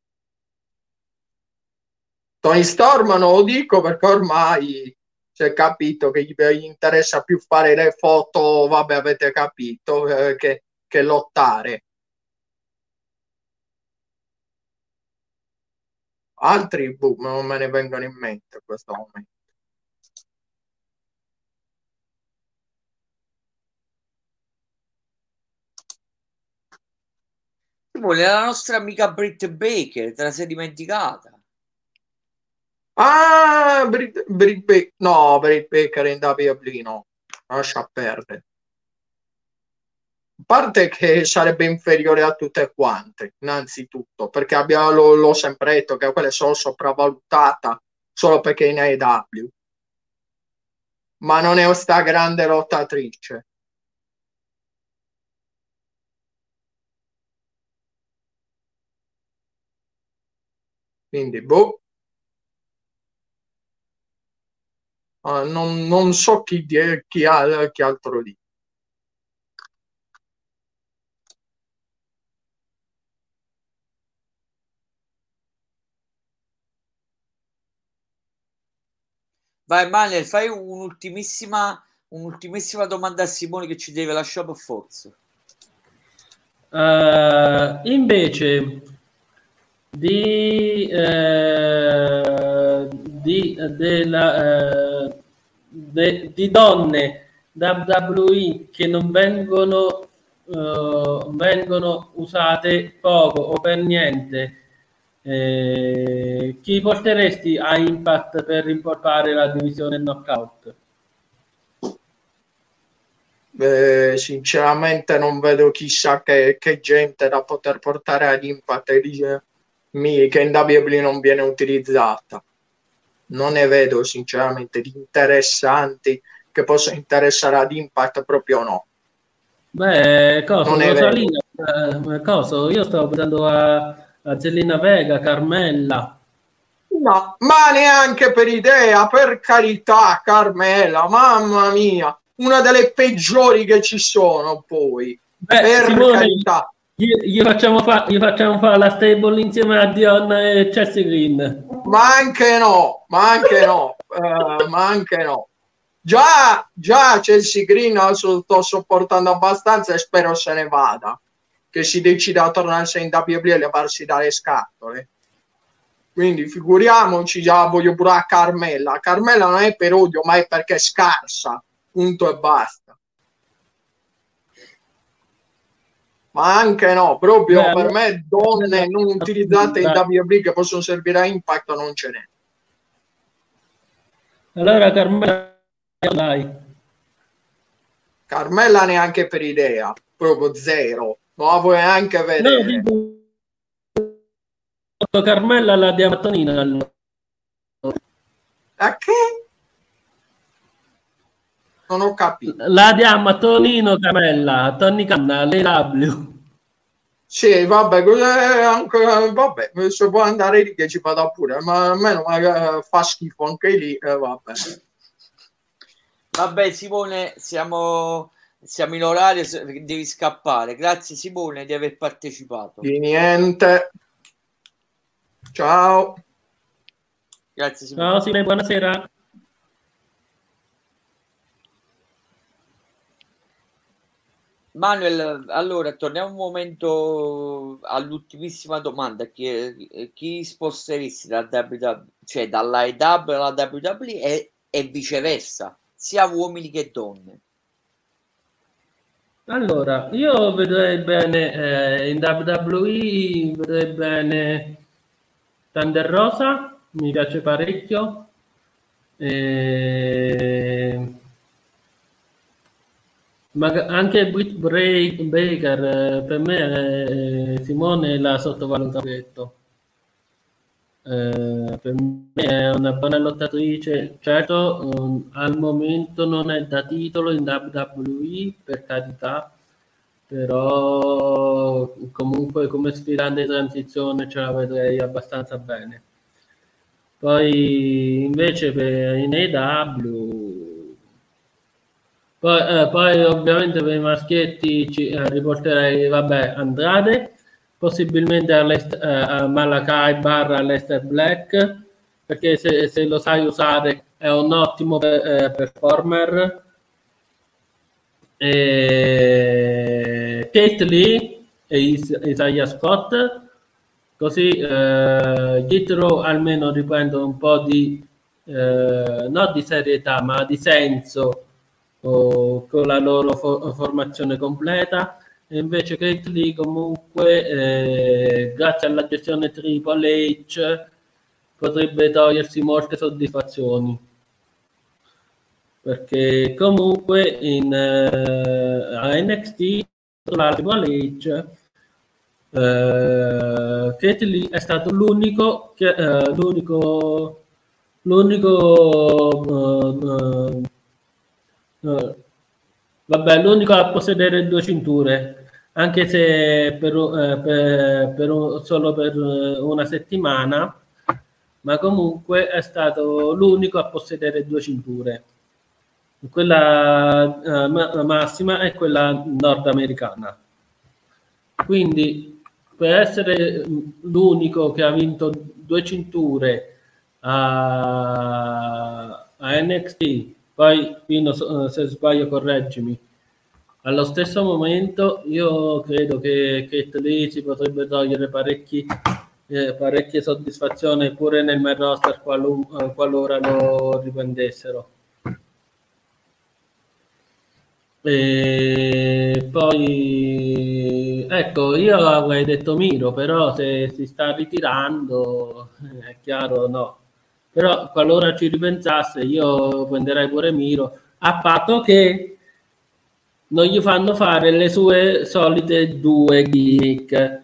Tony Storm non lo dico perché ormai si è capito che gli, gli interessa più fare le foto, vabbè, avete capito, eh, che, che lottare. Altri, boh, non me ne vengono in mente in questo momento.
La nostra amica Britt Baker, te la sei dimenticata?
Ah, Britt, Britt Baker, no, Britt Baker in W W E no, lascia perdere. A parte che sarebbe inferiore a tutte quante, innanzitutto, perché abbiamo, lo, l'ho sempre detto che quella è solo sopravvalutata solo perché è in A E W, ma non è sta grande lottatrice. Quindi, boh. Uh, non, non so chi, chi, ha, chi altro lì.
Vai Manuel, fai un'ultimissima un'ultimissima domanda a Simone che ci deve lasciare per forza.
Uh, invece di, eh, di, della, eh, de, di donne W W E che non vengono, eh, vengono usate poco o per niente, eh, chi porteresti a Impact per rimportare la divisione knockout?
Eh, sinceramente non vedo chissà che, che gente da poter portare ad Impact e dice, mi, che in W W E non viene utilizzata. Non ne vedo sinceramente di interessanti che possano interessare ad Impact, proprio no.
Beh, cosa, Rosalina, eh, cosa? Io stavo pensando a, a Zelina Vega, Carmella.
No, ma neanche per idea, per carità, Carmella, mamma mia, una delle peggiori che ci sono poi.
Beh,
per
Simone,
carità.
Gli, gli facciamo fare facciamo fa la stable insieme a Dion e Chelsea Green.
Ma anche no, ma anche no, uh, ma anche no. Già, già Chelsea Green lo sto sopportando abbastanza e spero se ne vada, che si decida a tornarsi in W W E e levarsi dalle scatole. Quindi figuriamoci, già voglio pure a Carmella. Carmella non è per odio, ma è perché è scarsa, punto e basta. Ma anche no, proprio Beh, per me donne non utilizzate in W W E che possono servire a Impact non ce n'è.
Allora Carmella, dai.
Carmella neanche per idea, proprio zero. Non la vuoi neanche vedere.
No, dico, Carmella la diamo a Tonina.
A che? Non ho capito.
La diamo a Tonino Carmella, a Tony Canna, l'A W.
Sì, vabbè, anche, vabbè, se può andare lì che ci vada pure, ma almeno fa schifo anche lì, eh, vabbè.
Vabbè Simone, siamo, siamo in orario, devi scappare. Grazie Simone di aver partecipato.
Di niente. Ciao.
Grazie Simone.
Ciao Simone, buonasera.
Manuel, allora torniamo un momento all'ultimissima domanda. Chi, chi sposteresti da W W E, cioè dalla A E W alla W W E e, e viceversa, sia uomini che donne?
Allora, io vedrei bene eh, in W W E, vedrei bene Thunder Rosa, mi piace parecchio. E... Ma anche Britt Bray- Baker, eh, per me eh, Simone l'ha sottovalutato. Eh, per me è una buona lottatrice, certo um, al momento non è da titolo in W W E, per carità, però comunque come sfidante di transizione ce la vedrei abbastanza bene. Poi invece per in A E W, poi, eh, poi ovviamente per i maschietti ci eh, riporterei, vabbè, Andrade, possibilmente a, Lest- eh, a Malakai barra Lester Black, perché se, se lo sai usare è un ottimo eh, performer. E Kate Lee e Is- Isaiah Scott, così eh, Jethro almeno riprendono un po' di eh, non di serietà ma di senso oh, con la loro fo- formazione completa. E invece Kate Lee comunque eh, grazie alla gestione Triple H potrebbe togliersi molte soddisfazioni, perché comunque in eh, a N X T la Triple H eh, Kate Lee è stato l'unico che eh, l'unico l'unico eh, eh, vabbè l'unico a possedere due cinture, anche se per, eh, per, per un- solo per eh, una settimana, ma comunque è stato l'unico a possedere due cinture. Quella eh, ma- massima è quella nordamericana. Quindi per essere l'unico che ha vinto due cinture a, a N X T, poi Pino, se sbaglio correggimi, allo stesso momento io credo che Kate Lee si potrebbe togliere parecchi, eh, parecchie soddisfazioni pure nel main roster qualu- qualora lo riprendessero. E poi ecco, io avrei detto Miro, però se si sta ritirando è chiaro no. Però qualora ci ripensasse io prenderei pure Miro, a patto che non gli fanno fare le sue solite due gimmick: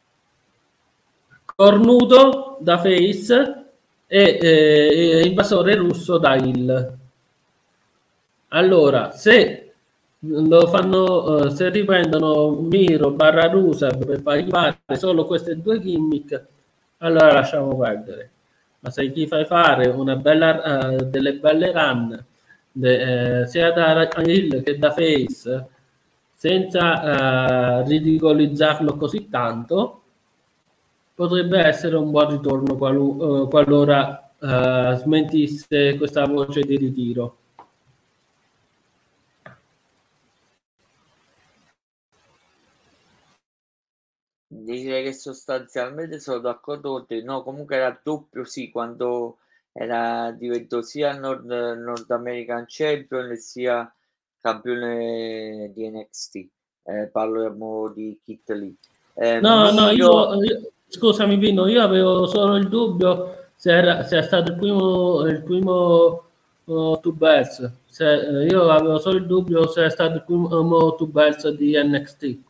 cornuto da face e eh, invasore russo da heel. Allora, se lo fanno, eh, se riprendono Miro barra Rusev per fargli fare solo queste due gimmick, allora lasciamo perdere. Ma se gli fai fare una bella, eh, delle belle run de, eh, sia da heel che da face, senza eh, ridicolizzarlo così tanto, potrebbe essere un buon ritorno qualu- eh, qualora eh, smentisse questa voce di ritiro.
Direi che sostanzialmente sono d'accordo con te. No, comunque era doppio, sì, quando era diventato sia Nord, Nord American Champion e sia campione di N X T. Eh, parliamo di Kit Lee. Eh,
No, no,
Miro,
io, io- scusami Pino, io avevo solo il dubbio se era, se è stato il primo, il primo uh, Two Bells. Se, eh, io avevo solo il dubbio se è stato il primo Two Bells di N X T.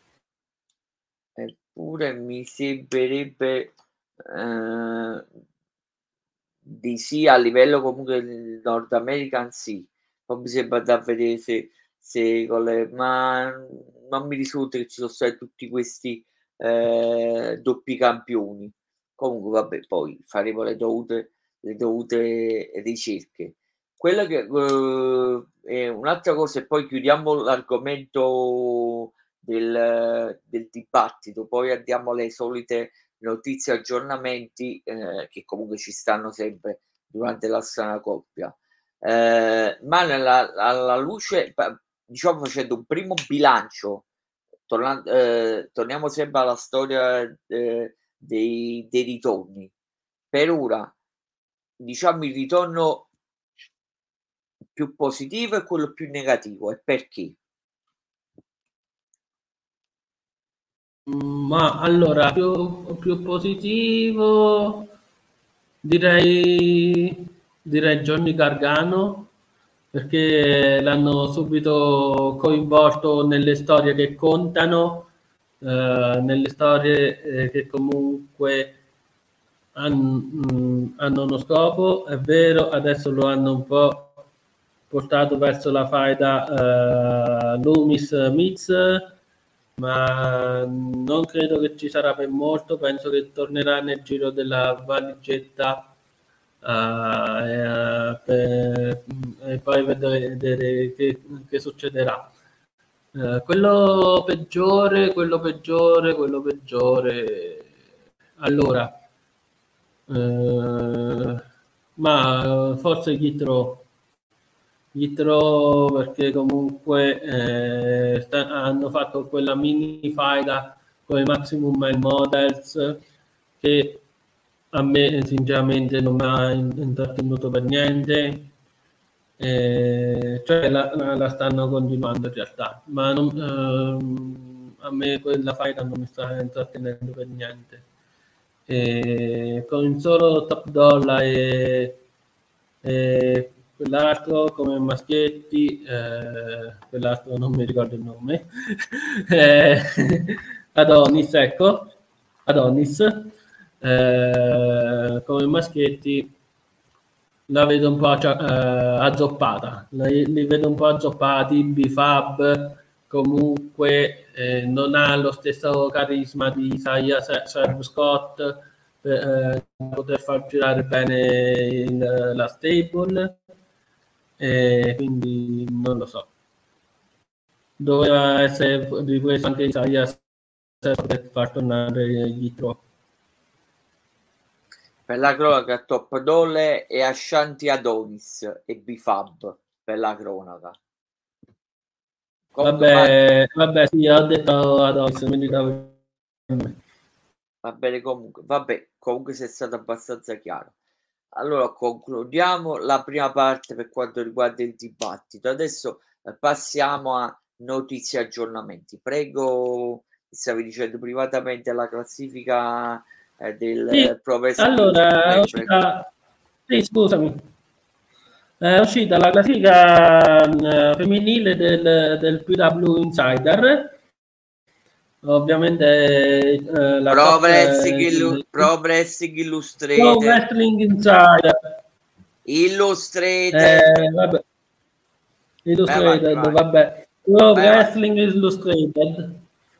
eppure mi sembrerebbe eh, di sì, a livello comunque del Nord American sì. Poi mi sembra da vedere se, se con le, ma non mi risulta che ci sono stati tutti questi eh, doppi campioni. Comunque vabbè, poi faremo le dovute, le dovute ricerche. Quella che eh, è un'altra cosa, e poi chiudiamo l'argomento del, del dibattito, poi andiamo alle solite notizie, aggiornamenti eh, che comunque ci stanno sempre durante la strana coppia. Eh, ma nella, alla luce, diciamo, facendo un primo bilancio, tornando, eh, torniamo sempre alla storia eh, dei, dei ritorni. Per ora, diciamo, il ritorno più positivo e quello più negativo, e perché?
Ma allora, più, più positivo direi, direi Johnny Gargano, perché l'hanno subito coinvolto nelle storie che contano, eh, nelle storie eh, che comunque hanno, hanno uno scopo. È vero, adesso lo hanno un po' portato verso la faida uh, Loomis-Miz, ma non credo che ci sarà per molto. Penso che tornerà nel giro della valigetta uh, e, uh, per, e poi vedere che, che succederà. Uh, quello peggiore, quello peggiore, quello peggiore. Allora, uh, ma forse Yitro. Yitro, perché comunque eh, sta, hanno fatto quella mini faida con i Maximum Male Models che a me sinceramente non mi ha intrattenuto per niente, eh, cioè la, la, la stanno continuando in realtà, ma non, ehm, a me quella faida non mi sta intrattenendo per niente. E con solo Top Dollar e, e quell'altro come Maschietti, eh, quell'altro non mi ricordo il nome, eh, Adonis, ecco, Adonis, eh, come Maschietti la vedo un po' eh, azzoppata, li, li vedo un po' azzoppati. B-Fab comunque eh, non ha lo stesso carisma di Isaiah Serv Scott per eh, poter far girare bene il, la stable, e quindi non lo so, doveva essere di questo anche Isaiah per far tornare Yitro.
Per la cronaca, Top Dole e Ashanti Adonis e B-Fab per la cronaca.
Comunque, vabbè, ma... vabbè, sì, ho detto Adonis, quindi
va bene, comunque, vabbè, comunque sei stato abbastanza chiaro. Allora concludiamo la prima parte per quanto riguarda il dibattito. Adesso eh, passiamo a notizie e aggiornamenti. Prego, stavi dicendo privatamente la classifica eh, del
sì,
eh, Pro Wrestling.
Allora, è uscita... sì, scusami. È uscita la classifica uh, femminile del, del P W Insider. Ovviamente uh, la
Pro,
top,
Wrestling,
eh,
illu- Pro Wrestling Illustrated.
Pro Wrestling Insider.
Illustrated.
Eh, vabbè. Illustrated, vai, vai. vabbè. Pro vai, Wrestling vai. Illustrated.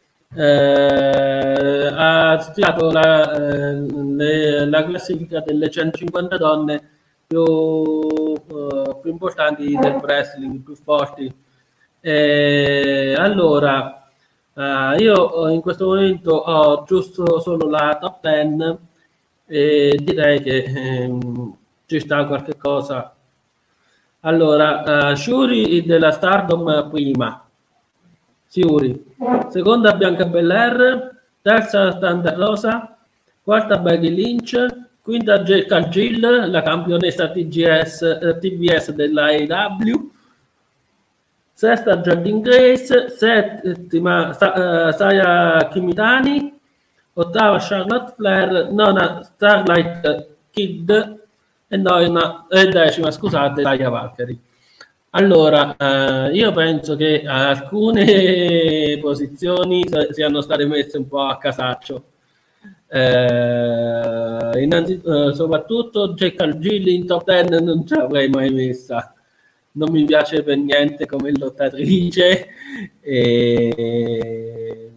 Eh, ha stilato la, eh, le, la classifica delle centocinquanta donne più, uh, più importanti del wrestling, più forti. Eh, allora, uh, io in questo momento ho giusto solo la top dieci e direi che ehm, ci sta qualche cosa. Allora, uh, Shuri della Stardom prima. Siuri, seconda Bianca Belair, terza Thunder Rosa, quarta Becky Lynch, quinta Jessica Gill, la campionessa T G S, eh, T B S della A E W, sesta Jordynne Grace, settima uh, Saya Kimitani, ottava Charlotte Flair, nona Starlight Kid e nona e decima, scusate, Taya Valkyrie. Allora, eh, io penso che alcune posizioni siano state messe un po' a casaccio. Eh, innanzi, eh, soprattutto Jessica Gill in top dieci non ce l'avrei mai messa. Non mi piace per niente come lottatrice e,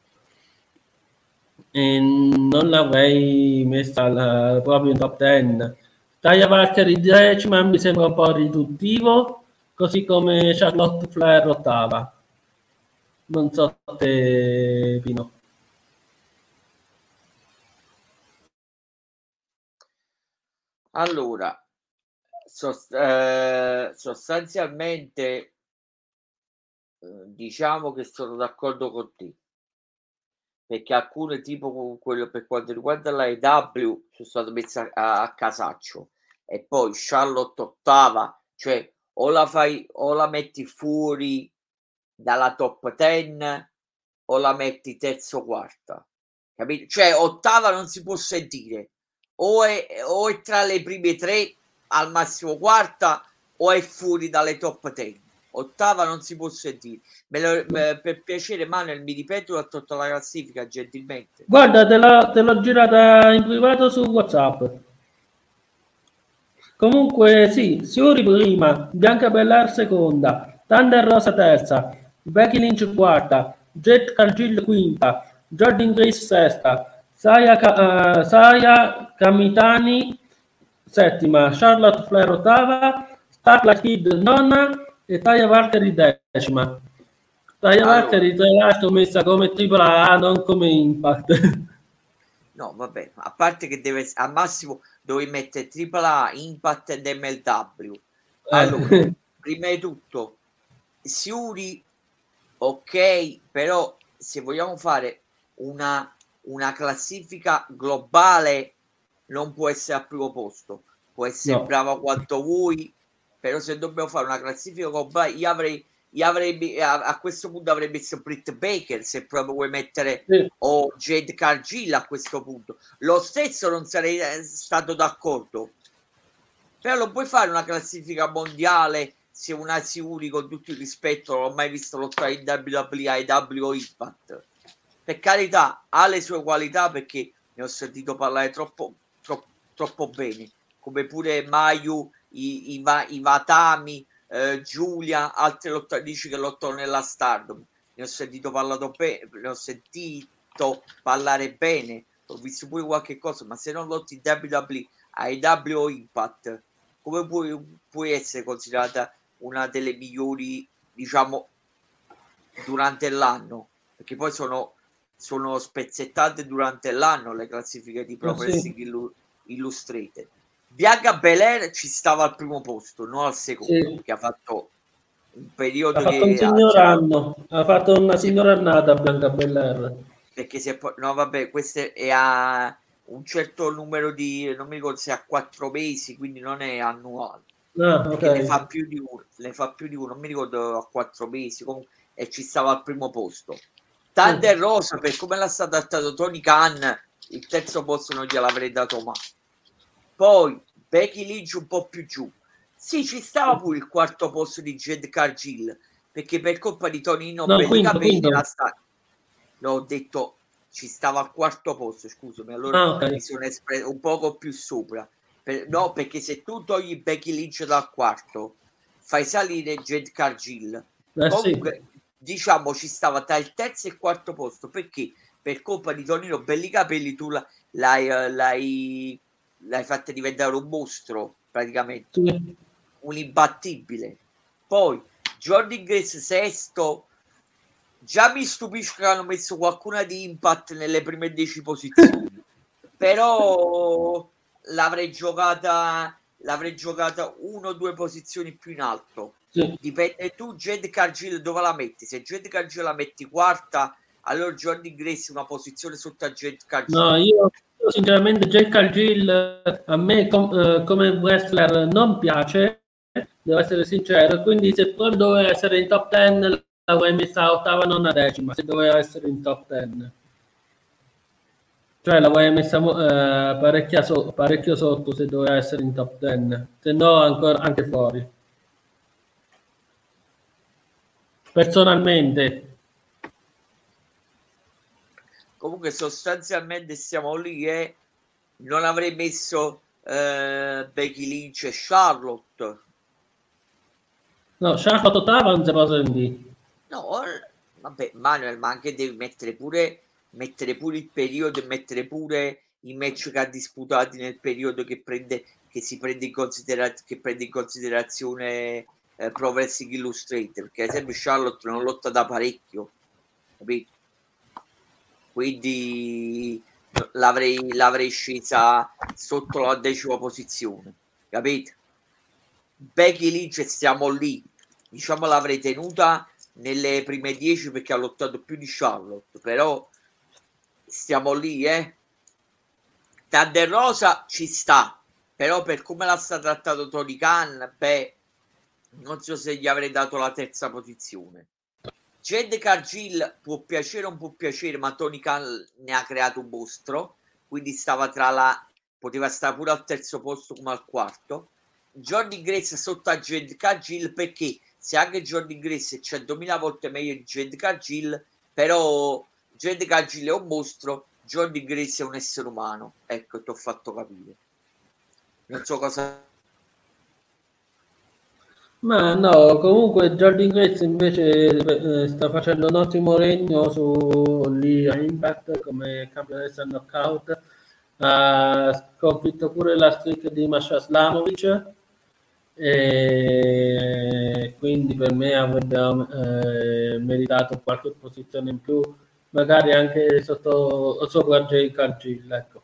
e non l'avrei messa alla, proprio in top dieci. Taya Valkyrie decima mi sembra un po' riduttivo, così come Charlotte Flair ottava. Non so te, Pino.
Allora, sost- eh, sostanzialmente eh, diciamo che sono d'accordo con te, perché alcune tipo con quello per quanto riguarda la E W sono state messe a, a casaccio, e poi Charlotte ottava, cioè o la fai o la metti fuori dalla top dieci o la metti terzo quarta, capito? Cioè ottava non si può sentire, o è, o è tra le prime tre al massimo quarta, o è fuori dalle top dieci. Ottava non si può sentire. Me lo, me, per piacere, Manuel, mi ripeto a tutta la classifica gentilmente.
Guarda, te, la, te l'ho girata in privato su WhatsApp. Comunque sì, Siuri prima, Bianca Belair seconda, Thunder Rosa terza, Becky Lynch quarta, Jet Cargill quinta, Jordan Grace sesta, Saya, Ka- uh, Saya Kamitani settima, Charlotte Flair ottava, Starlight Kid nona e Taya Valkyrie decima. Taya
Allora.
Valkyrie tra l'altro messa come tripla A, non come Impact.
No, vabbè, a parte che deve al massimo dovevi mettere tripla A, Impact ed M L W. Allora,
Eh.
prima di tutto, Siuri, ok, però se vogliamo fare una, una classifica globale non può essere al primo posto, può essere
No.
brava quanto vuoi, però se dobbiamo fare una classifica globale io avrei, io avrei a, a questo punto avrei messo Britt Baker, se proprio vuoi mettere,
Sì.
o Jade Cargill a questo punto. Lo stesso non sarei stato d'accordo, però lo puoi fare una classifica mondiale. Se una Siuri, con tutto il rispetto, non ho mai visto lottare in W W E, A E W o Impact, per carità ha le sue qualità, perché ne ho sentito parlare troppo troppo, troppo bene, come pure Mayu, i, i, i Watami, eh, Giulia, altre lottatrici che lottano nella Stardom, ne ho sentito parlato bene, ne ho sentito parlare bene, ho visto pure qualche cosa, ma se non lotti in W W E, A E W o Impact, come puoi, puoi essere considerata una delle migliori, diciamo, durante l'anno? Perché poi sono, sono spezzettate durante l'anno le classifiche di Pro Wrestling
sì.
Illu- Illustrated. Bianca Belair ci stava al primo posto, non al secondo,
Sì.
che ha fatto un periodo
Ha fatto
che
un signor
cioè,
anno, ha fatto una
sì,
signora annata Bianca Belair.
perché se poi, no vabbè, questo è a un certo numero di, non mi ricordo se a quattro mesi, quindi non è annuale.
Ah,
Perché
ok.
ne fa più di uno, ne fa più di uno, non mi ricordo, a quattro mesi comunque, e ci stava al primo posto. Thunder
Sì.
Rosa, per come l'ha stato trattato Tony Khan, il terzo posto non gliel'avrei dato mai. Poi Becky Lynch un po' più giù. Sì, ci stava pure il quarto posto di Jade Cargill, perché per colpa di Tonino
No,
Belli
quinto,
Capelli
quinto.
la sta... l'ho detto, ci stava al quarto posto, scusami, allora
Ah, ok.
mi sono espresso un poco più sopra. Per, no, perché se tu togli Becky Lynch dal quarto, fai salire Jade Cargill.
Eh,
Comunque,
sì.
diciamo, ci stava tra il terzo e il quarto posto, perché per colpa di Tonino Belli Capelli tu la, l'hai, l'hai, l'hai fatta diventare un mostro, praticamente,
Sì.
un imbattibile. Poi Jordan Grace sesto. Già mi stupisce che hanno messo qualcuna di Impact nelle prime dieci posizioni, però l'avrei giocata l'avrei giocata uno o due posizioni più in alto.
Sì.
Dipende tu Jade Cargill dove la metti. Se Jade Cargill la metti quarta, allora Jordan Grace una posizione sotto a Jade Cargill.
No, io, io sinceramente Jade Cargill a me com, eh, come wrestler non piace, devo essere sincero, quindi se poi doveva essere in top dieci l'avrei messa a ottava, non a decima, se doveva essere in top dieci. Cioè l'avrei messa eh, parecchia so, parecchio sotto se doveva essere in top dieci, se no ancora anche fuori. Personalmente.
Comunque sostanzialmente siamo lì e non avrei messo eh, Becky Lynch e Charlotte.
No, Charlotte ottava non si può sentire.
No, vabbè, Manuel, ma anche devi mettere pure mettere pure il periodo e mettere pure i match che ha disputati nel periodo che prende che si prende in considerazione che prende in considerazione eh, Pro Wrestling Illustrated, perché ad esempio Charlotte non lotta da parecchio, capito? Quindi l'avrei, l'avrei scesa sotto la decima posizione, capite? Becky Lynch stiamo lì, diciamo l'avrei tenuta nelle prime dieci perché ha lottato più di Charlotte, però stiamo lì, eh. Thunder Rosa ci sta, però per come l'ha stato trattato Tony Khan, beh, non so se gli avrei dato la terza posizione. Jade Cargill può piacere o non può piacere, ma Tony Khan ne ha creato un mostro, quindi stava tra la, poteva stare pure al terzo posto come al quarto. Jordan Grace sotto a Jade Cargill, perché se anche Jordan Grace è centomila volte meglio di Jade Cargill, però Jade Cargill è un mostro, Jordan Grace è un essere umano. Ecco, ti ho fatto capire. Non so cosa...
Ma no, comunque Jordan Grace invece eh, sta facendo un ottimo regno su lì a Impact come campionessa knockout. Ha sconfitto pure la streak di Masha Slamovic, e quindi per me avrebbe eh, meritato qualche posizione in più, magari anche sotto sopra Jay Cargill, ecco.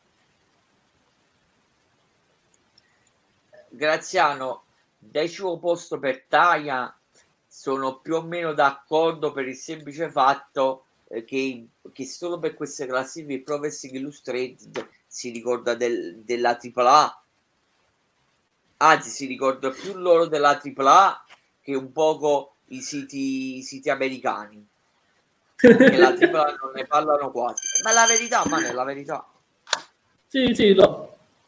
Graziano, decimo posto per Taya, sono più o meno d'accordo per il semplice fatto eh, che, che solo per queste classifiche Pro Wrestling Illustrated si ricorda del, della tripla A, anzi si ricorda più loro della tripla A che un poco i siti, i siti americani, perché la tripla A non ne parlano quasi, ma è la verità, ma è la verità.
Sì, sì, lo,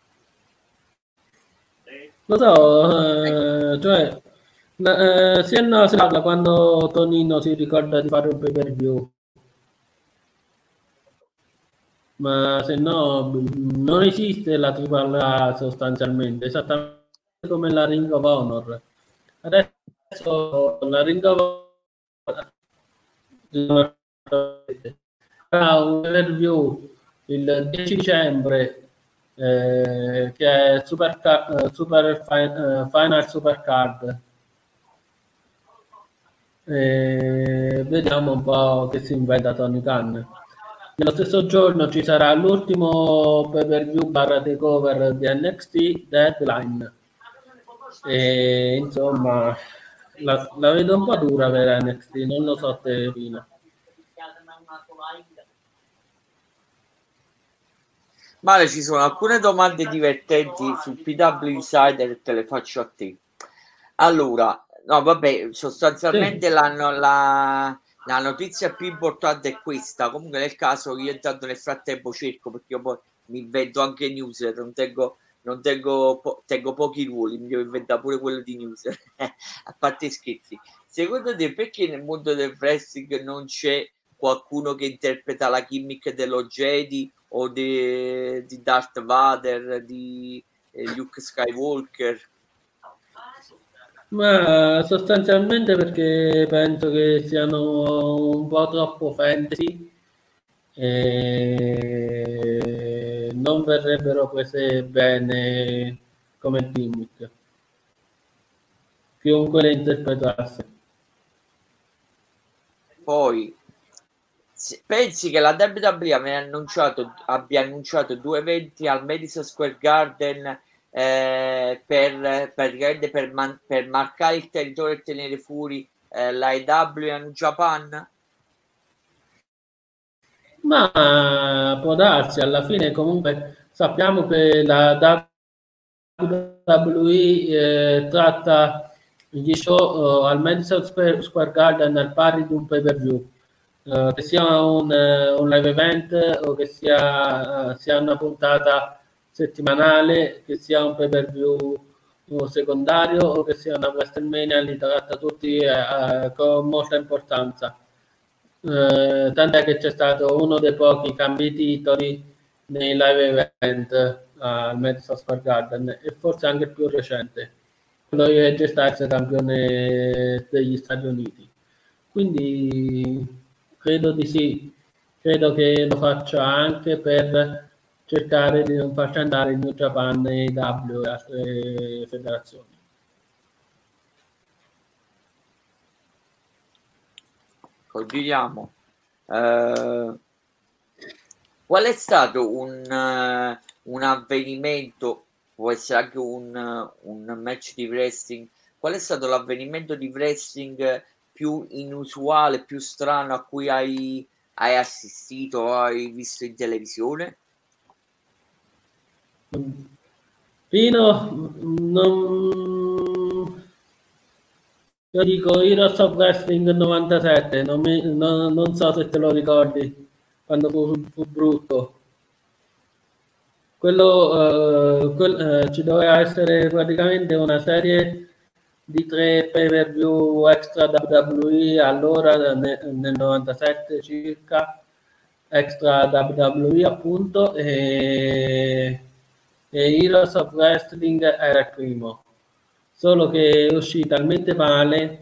lo so, eh, cioè eh, sì e no si parla quando Tonino si ricorda di fare un pay per view, ma se no non esiste la tripla A sostanzialmente, esattamente come la Ring of Honor. Adesso la Ring of Honor ha un review il dieci dicembre eh, che è Super, Car- Super Fi- Final Super Card. E vediamo un po' che si inventa Tony Khan. Nello stesso giorno ci sarà l'ultimo pay per view barra takeover di N X T Deadline, e insomma la, la vedo un po' dura per N X T, non lo so te Pino.
Male, ci sono alcune domande divertenti sul P W Insider e te le faccio a te. Allora, no, vabbè, sostanzialmente
Sì.
la, la, la notizia più importante è questa. Comunque, nel caso, io intanto nel frattempo cerco, perché io poi mi invento anche newsletter, non tengo, non tengo, po- tengo pochi ruoli, mi devo inventare pure quello di newsletter, a parte scherzi. Secondo te, perché nel mondo del wrestling non c'è qualcuno che interpreta la gimmick dello Jedi o di, di Darth Vader, di eh, Luke Skywalker?
Ma sostanzialmente perché penso che siano un po' troppo fantasy e non verrebbero prese bene come gimmick, chiunque le interpretasse.
Poi se- pensi che la W W E abbia annunciato, abbia annunciato due eventi al Madison Square Garden eh, per, praticamente per, man- per marcare il territorio e tenere fuori eh, la A E W e New Japan?
Ma può darsi, alla fine comunque sappiamo che la W W E eh, tratta gli show eh, al Madison Square, Square Garden al pari di un pay per view, eh, che sia un, eh, un live event o che sia, eh, sia una puntata settimanale, che sia un pay per view secondario o che sia una WrestleMania, li tratta tutti eh, eh, con molta importanza. Eh, tant'è che c'è stato uno dei pochi cambi titoli nei live event al Madison Square Garden e forse anche il più recente, quello di A J Styles campione degli Stati Uniti. Quindi credo di sì, credo che lo faccia anche per cercare di non farci andare in New Japan e A E W e altre federazioni.
Continuiamo. Eh, Qual è stato un, uh, un avvenimento, può essere anche un, uh, un match di wrestling, qual è stato l'avvenimento di wrestling più inusuale, più strano a cui hai, hai assistito o hai visto in televisione?
Pino, non... io dico Heroes of Wrestling novantasette, non, mi, non, non so se te lo ricordi, quando fu, fu brutto. Quello, uh, quel, uh, ci doveva essere praticamente una serie di tre pay per view extra W W E allora ne, nel novantasette circa, extra W W E appunto, e, e Heroes of Wrestling era il primo, solo che uscì talmente male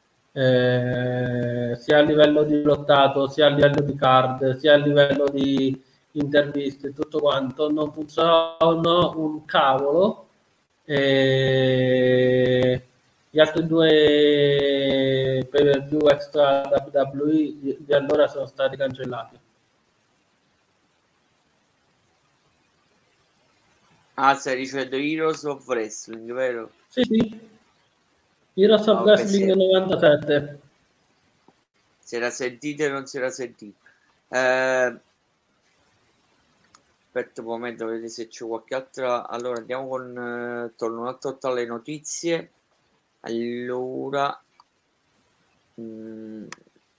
eh, sia a livello di lottato, sia a livello di card, sia a livello di interviste, tutto quanto, non funzionò un cavolo. E gli altri due pay per view extra W W E di, di allora sono stati cancellati.
Ah, stai dicendo Heroes of Wrestling, vero?
Sì, sì. Heroes of Wrestling novantasette.
Si era sentito e non si era sentito. Eh, aspetta un momento, vedete se c'è qualche altra. Allora andiamo con eh, torno un attimo alle notizie. Allora mh,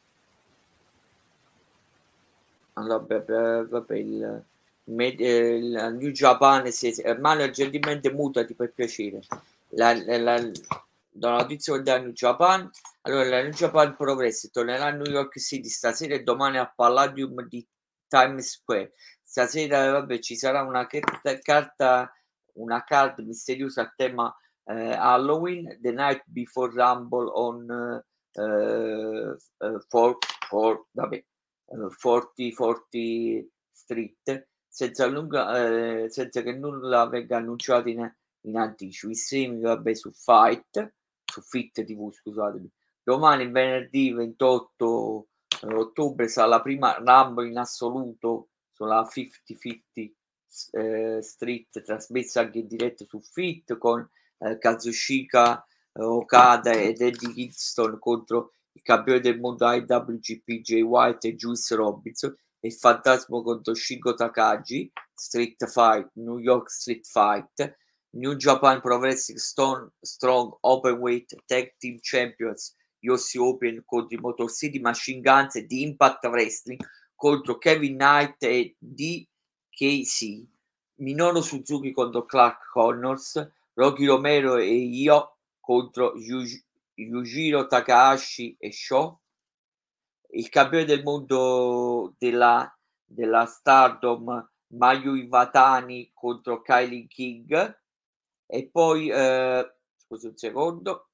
allora vabbè, vabbè il, il, il New Japan si è Manuel gentilmente mutati per piacere. La, la, la, da una notizia del New Japan. Allora la New Japan Progress tornerà a New York City stasera e domani al Palladium di Times Square. Stasera vabbè ci sarà una carta, una card misteriosa a tema eh, Halloween, The Night Before Rumble on uh, uh, for, for, vabbè, uh, quaranta quaranta Street, senza, lunga, eh, senza che nulla venga annunciato in, in anticipo. Il streaming vabbè su Fight, su Fit T V, scusatemi. Domani venerdì ventotto eh, ottobre sarà la prima Rumble in assoluto sulla cinquanta cinquanta eh, Street, trasmessa anche in diretta su Fit con eh, Kazushika eh, Okada ed Eddie Kingston contro il campione del mondo I W G P Jay White e Juice Robinson e il fantasma contro Shingo Takagi. Street Fight, New York Street Fight, New Japan Pro Wrestling Stone, Strong Openweight Tag Team Champions U S Open contro i Motor City Machine Guns e di Impact Wrestling contro Kevin Knight e D K C, Minoru Suzuki contro Clark Connors, Rocky Romero e Io contro Yuji, Yujiro Takahashi e Sho, il campione del mondo della, della Stardom Mayu Iwatani contro Kylie King e poi eh, scusa un secondo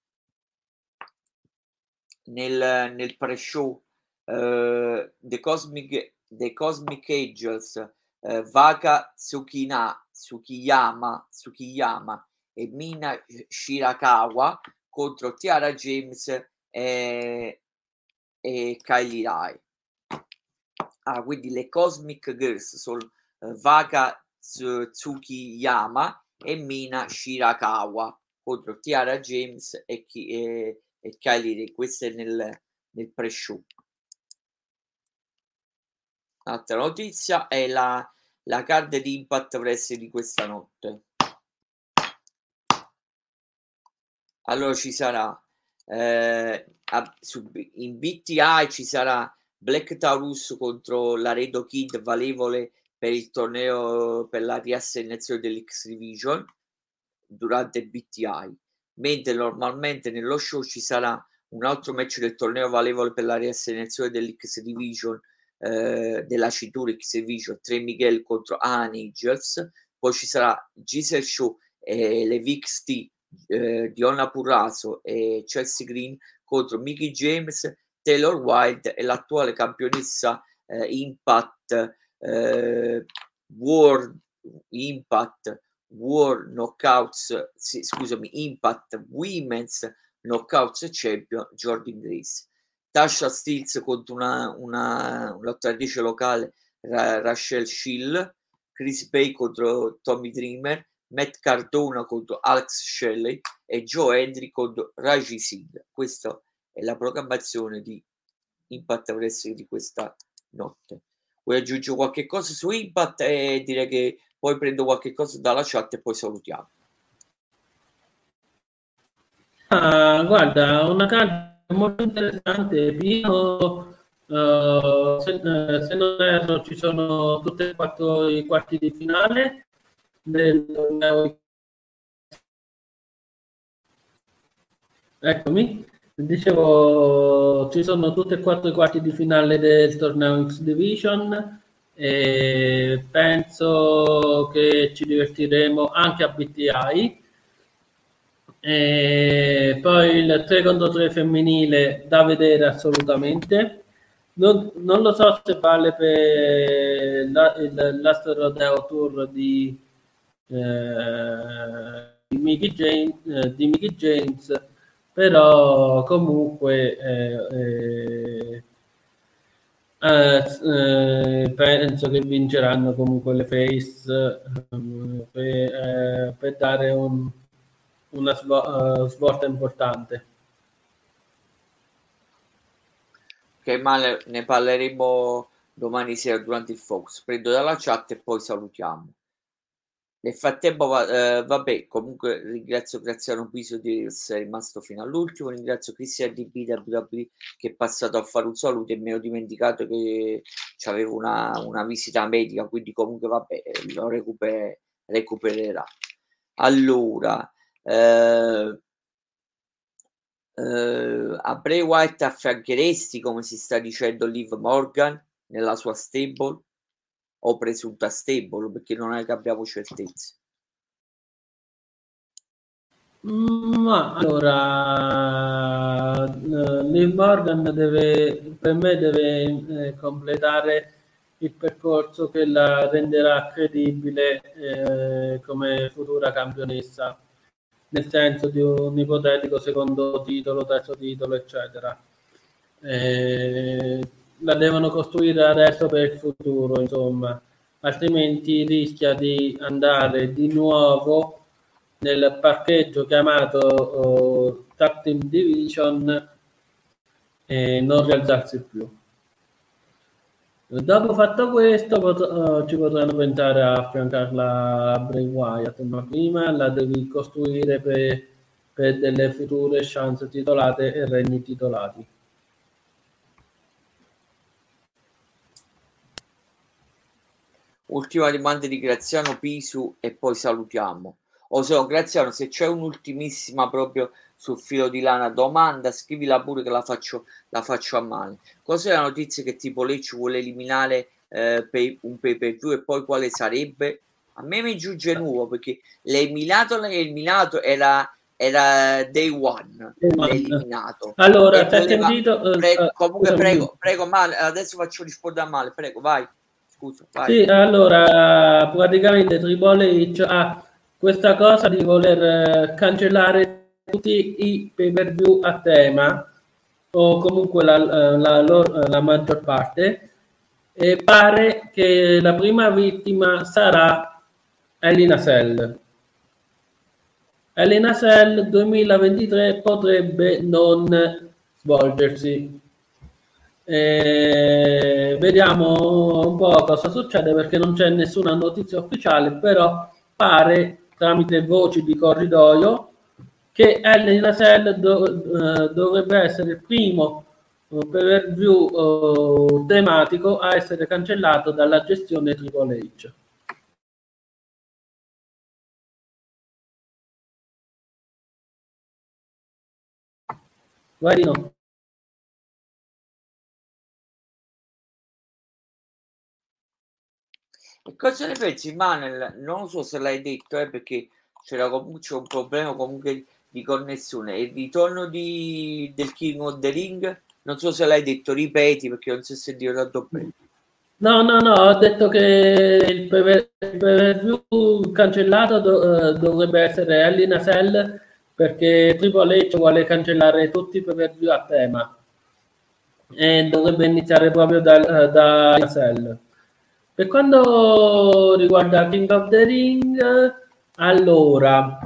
nel, nel pre-show uh, The Cosmic The Cosmic Angels uh, Vaka Tsukina Tsukiyama Tsukiyama e Mina Shirakawa contro Tiara James e, e Kylie Rai. Ah, quindi le Cosmic Girls sono uh, Vaka Tsukiyama e Mina Shirakawa contro Tiara James e, e, e Kylie Rai. Questo è nel, nel pre-show. Altra notizia è la, la card di Impact Wrestling di questa notte. Allora ci sarà eh, a, su, in B T I ci sarà Black Taurus contro Laredo Kid, valevole per il torneo per la riassegnazione dell'X Division durante B T I, mentre normalmente nello show ci sarà un altro match del torneo valevole per la riassegnazione dell'X Division eh, della cintura X Division, Trey Miguel contro Alan Angels. Poi ci sarà Giselle Show e le V X T eh, Dionna Purrazzo e Chelsea Green contro Mickey James, Taylor Wilde e l'attuale campionessa eh, Impact eh, World Impact World Knockouts sì, scusami Impact Women's Knockouts Champion Jordan Grace. Tasha Steelz contro una, una lottatrice locale Ra- Rachel Schill, Chris Bay contro Tommy Dreamer, Matt Cardona contro Alex Shelley e Joe Hendry contro Raji Singh. Questa è la programmazione di Impact Wrestling di questa notte. Vuoi aggiungere qualche cosa su Impact? E direi che poi prendo qualche cosa dalla chat e poi salutiamo.
Ah, guarda, una carta molto interessante. Io, uh, se, uh, se non erro, ci sono tutti e quattro i quarti di finale del torneo. Eccomi, dicevo, ci sono tutti e quattro i quarti di finale del torneo X Division e penso che ci divertiremo anche a B T I. E poi il tre contro tre femminile da vedere assolutamente. Non, non lo so se vale per la, il l'Astro Rodeo Tour di, eh, di, Mickey James, eh, di Mickey James, però comunque eh, eh, eh, penso che vinceranno comunque le face eh, per, eh, per dare un una uh, svolta importante.
Che male, ne parleremo domani sera durante il Fox. Prendo dalla chat e poi salutiamo. Nel frattempo, eh, vabbè, comunque ringrazio Graziano Piso di essere rimasto fino all'ultimo, ringrazio Cristian di B W W E che è passato a fare un saluto e mi ero dimenticato che c'avevo una, una visita medica, quindi comunque vabbè, lo recuper- recupererà. Allora, Uh, uh, a Bray Wyatt affiancheresti, come si sta dicendo, Liv Morgan nella sua stable o presunta stable, perché non è che abbiamo certezze.
Ma allora uh, Liv Morgan deve, per me deve eh, completare il percorso che la renderà credibile eh, come futura campionessa, nel senso di un ipotetico secondo titolo, terzo titolo, eccetera. Eh, la devono costruire adesso per il futuro, insomma, altrimenti rischia di andare di nuovo nel parcheggio chiamato oh, Tag Team Division e non rialzarsi più. Dopo fatto questo pot- uh, ci potranno pensare a affiancarla a Bray Wyatt, ma prima la devi costruire per, per delle future chance titolate e regni titolati.
Ultima domanda di Graziano Pisu e poi salutiamo. O se no, Graziano, se c'è un'ultimissima proprio sul filo di lana domanda, scrivila pure che la faccio, la faccio a mano. Cos'è la notizia che tipo lei ci vuole eliminare eh, pay, un pay per view e poi quale sarebbe? A me mi giunge nuovo perché l'hai eliminato, l'hai eliminato, era, era day one, l'hai eliminato.
Allora,
voleva,
sentito,
prego,
uh,
comunque
scusami.
prego, prego, male, adesso faccio rispondere a male, prego, vai. Scusa, vai.
Sì, allora, praticamente Triple H ha questa cosa di voler cancellare tutti i pay per view a tema o comunque la, la, la, la maggior parte, e pare che la prima vittima sarà Elina Cell. Elina Cell duemilaventitré potrebbe non svolgersi. Eh, vediamo un po' cosa succede perché non c'è nessuna notizia ufficiale, però pare tramite voci di corridoio che Elina Cell do, uh, dovrebbe essere il primo uh, per view uh, tematico a essere cancellato dalla gestione Triple H. Guarino.
E cosa ne pensi, Manuel? Non so se l'hai detto, eh, perché c'era comunque c'è un problema comunque di connessione. Il ritorno di, del King of the Ring, non so se l'hai detto, ripeti perché non si è sentito tanto bene.
No, no, no, ho detto che il pay per view cancellato do, uh, dovrebbe essere Hell in a Cell perché Triple H vuole cancellare tutti i pay per view a tema e dovrebbe iniziare proprio da, uh, da Cell. Per quanto riguarda King of the Ring, allora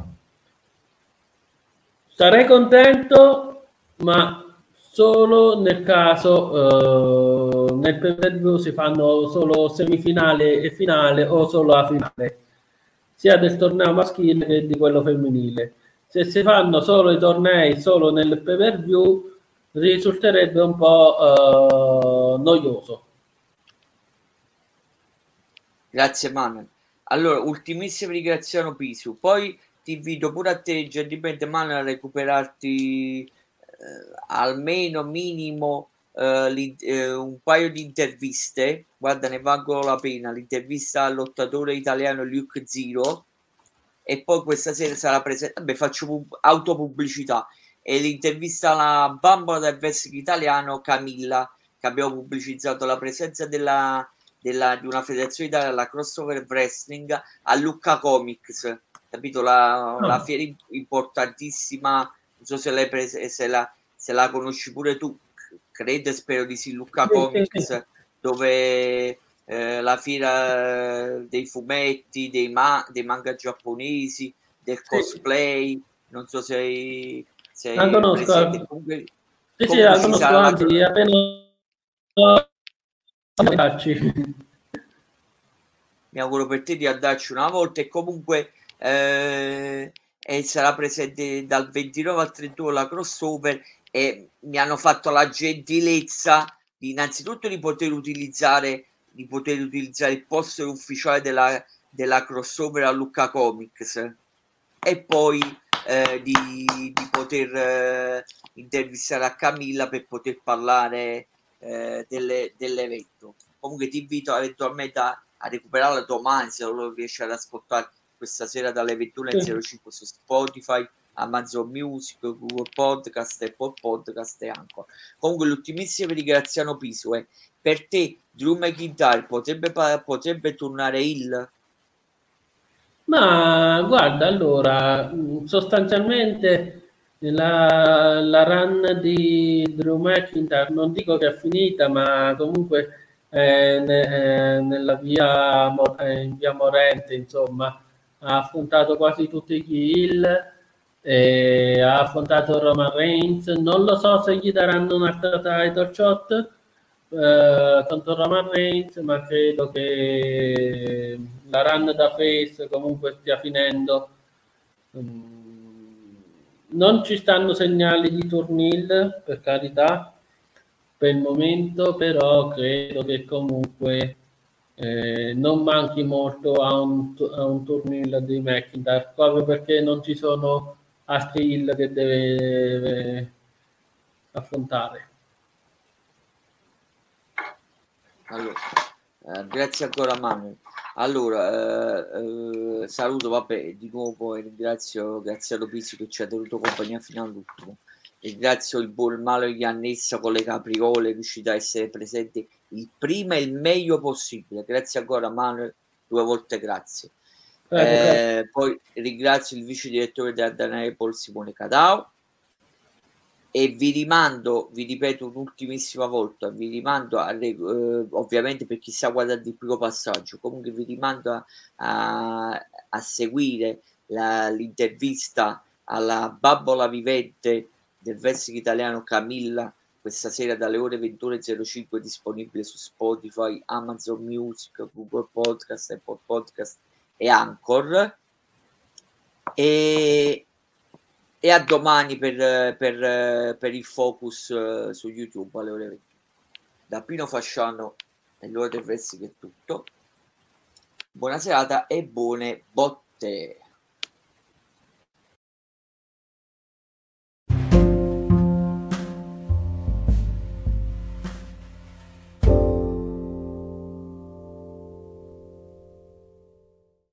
sarei contento, ma solo nel caso eh, nel pay-per-view si fanno solo semifinale e finale o solo la finale, sia del torneo maschile che di quello femminile. Se si fanno solo i tornei solo nel pay-per-view risulterebbe un po' eh, noioso.
Grazie Manuel. Allora, ultimissimo ringraziamo Pisu, poi ti invito pure a te gentilmente Manuel a recuperarti eh, almeno minimo eh, eh, un paio di interviste, guarda ne valgono la pena, l'intervista al lottatore italiano Luke Zero, e poi questa sera sarà presente, vabbè faccio pub- autopubblicità, e l'intervista alla bambola del wrestling italiano Camilla, che abbiamo pubblicizzato la presenza della, della, di una federazione italiana, la Crossover Wrestling, a Lucca Comics, capito? La,
Ah.
la fiera importantissima, non so se l'hai presa, se la, se la conosci pure tu, credo e spero di sì, Lucca Comics, dove eh, la fiera dei fumetti, dei, ma- dei manga giapponesi, del cosplay, non so se hai, se
La
hai
conosco.
presente. Comunque,
Sì, sì,
comunque
la
ci
conosco,
sarà la-
anzi, appena
mi auguro per te di andarci una volta, e comunque eh, e sarà presente dal ventinove al trentuno la crossover, e mi hanno fatto la gentilezza di innanzitutto di poter utilizzare di poter utilizzare il poster ufficiale della, della crossover a Lucca Comics, e poi eh, di, di poter eh, intervistare a Camilla per poter parlare eh, delle, dell'evento. Comunque ti invito eventualmente a, a recuperarla domani, se non lo riesci ad ascoltare questa sera dalle ventuno e zero cinque su Spotify, Amazon Music, Google Podcast, Apple Podcast e Anchor. Comunque l'ultimissimo ringraziano Piso, eh. Per te Drew McIntyre potrebbe, potrebbe tornare il
Ma guarda, allora, sostanzialmente la, la run di Drew McIntyre non dico che è finita, ma comunque è ne- è nella via, Mo- è in via morente, insomma, ha affrontato quasi tutti gli heel, e ha affrontato Roman Reigns. Non lo so se gli daranno un'altra title shot eh, contro Roman Reigns, ma credo che la run da face comunque stia finendo. Mm, non ci stanno segnali di turnil, per carità, per il momento, però credo che comunque eh, non manchi molto a un, a un turnil di McIntyre, proprio perché non ci sono altri hill che deve affrontare.
Allora, eh, grazie ancora Manuel. Allora, eh, eh, saluto, vabbè, di nuovo e ringrazio Graziano Pizzi che ci ha tenuto compagnia fino all'ultimo. Ringrazio il buon Malo Iannessa con le capriole, riuscito a essere presente il prima e il meglio possibile. Grazie ancora Manuel, due volte grazie.
Prego, prego.
Eh, poi ringrazio il vice direttore della Danapol Simone Cadao, e vi rimando, vi ripeto un'ultimissima volta, vi rimando a, eh, ovviamente per chi sta guardando il primo passaggio, comunque vi rimando a, a, a seguire la, l'intervista alla babbola vivente del wrestling italiano Camilla, questa sera dalle ore ventuno e zero cinque, disponibile su Spotify, Amazon Music, Google Podcast, Apple Podcast e Anchor. E e a domani per, per, per il focus uh, su YouTube alle ore venti. Da Pino Fasciano e l'ora del wrestling è tutto. Buona serata e buone botte.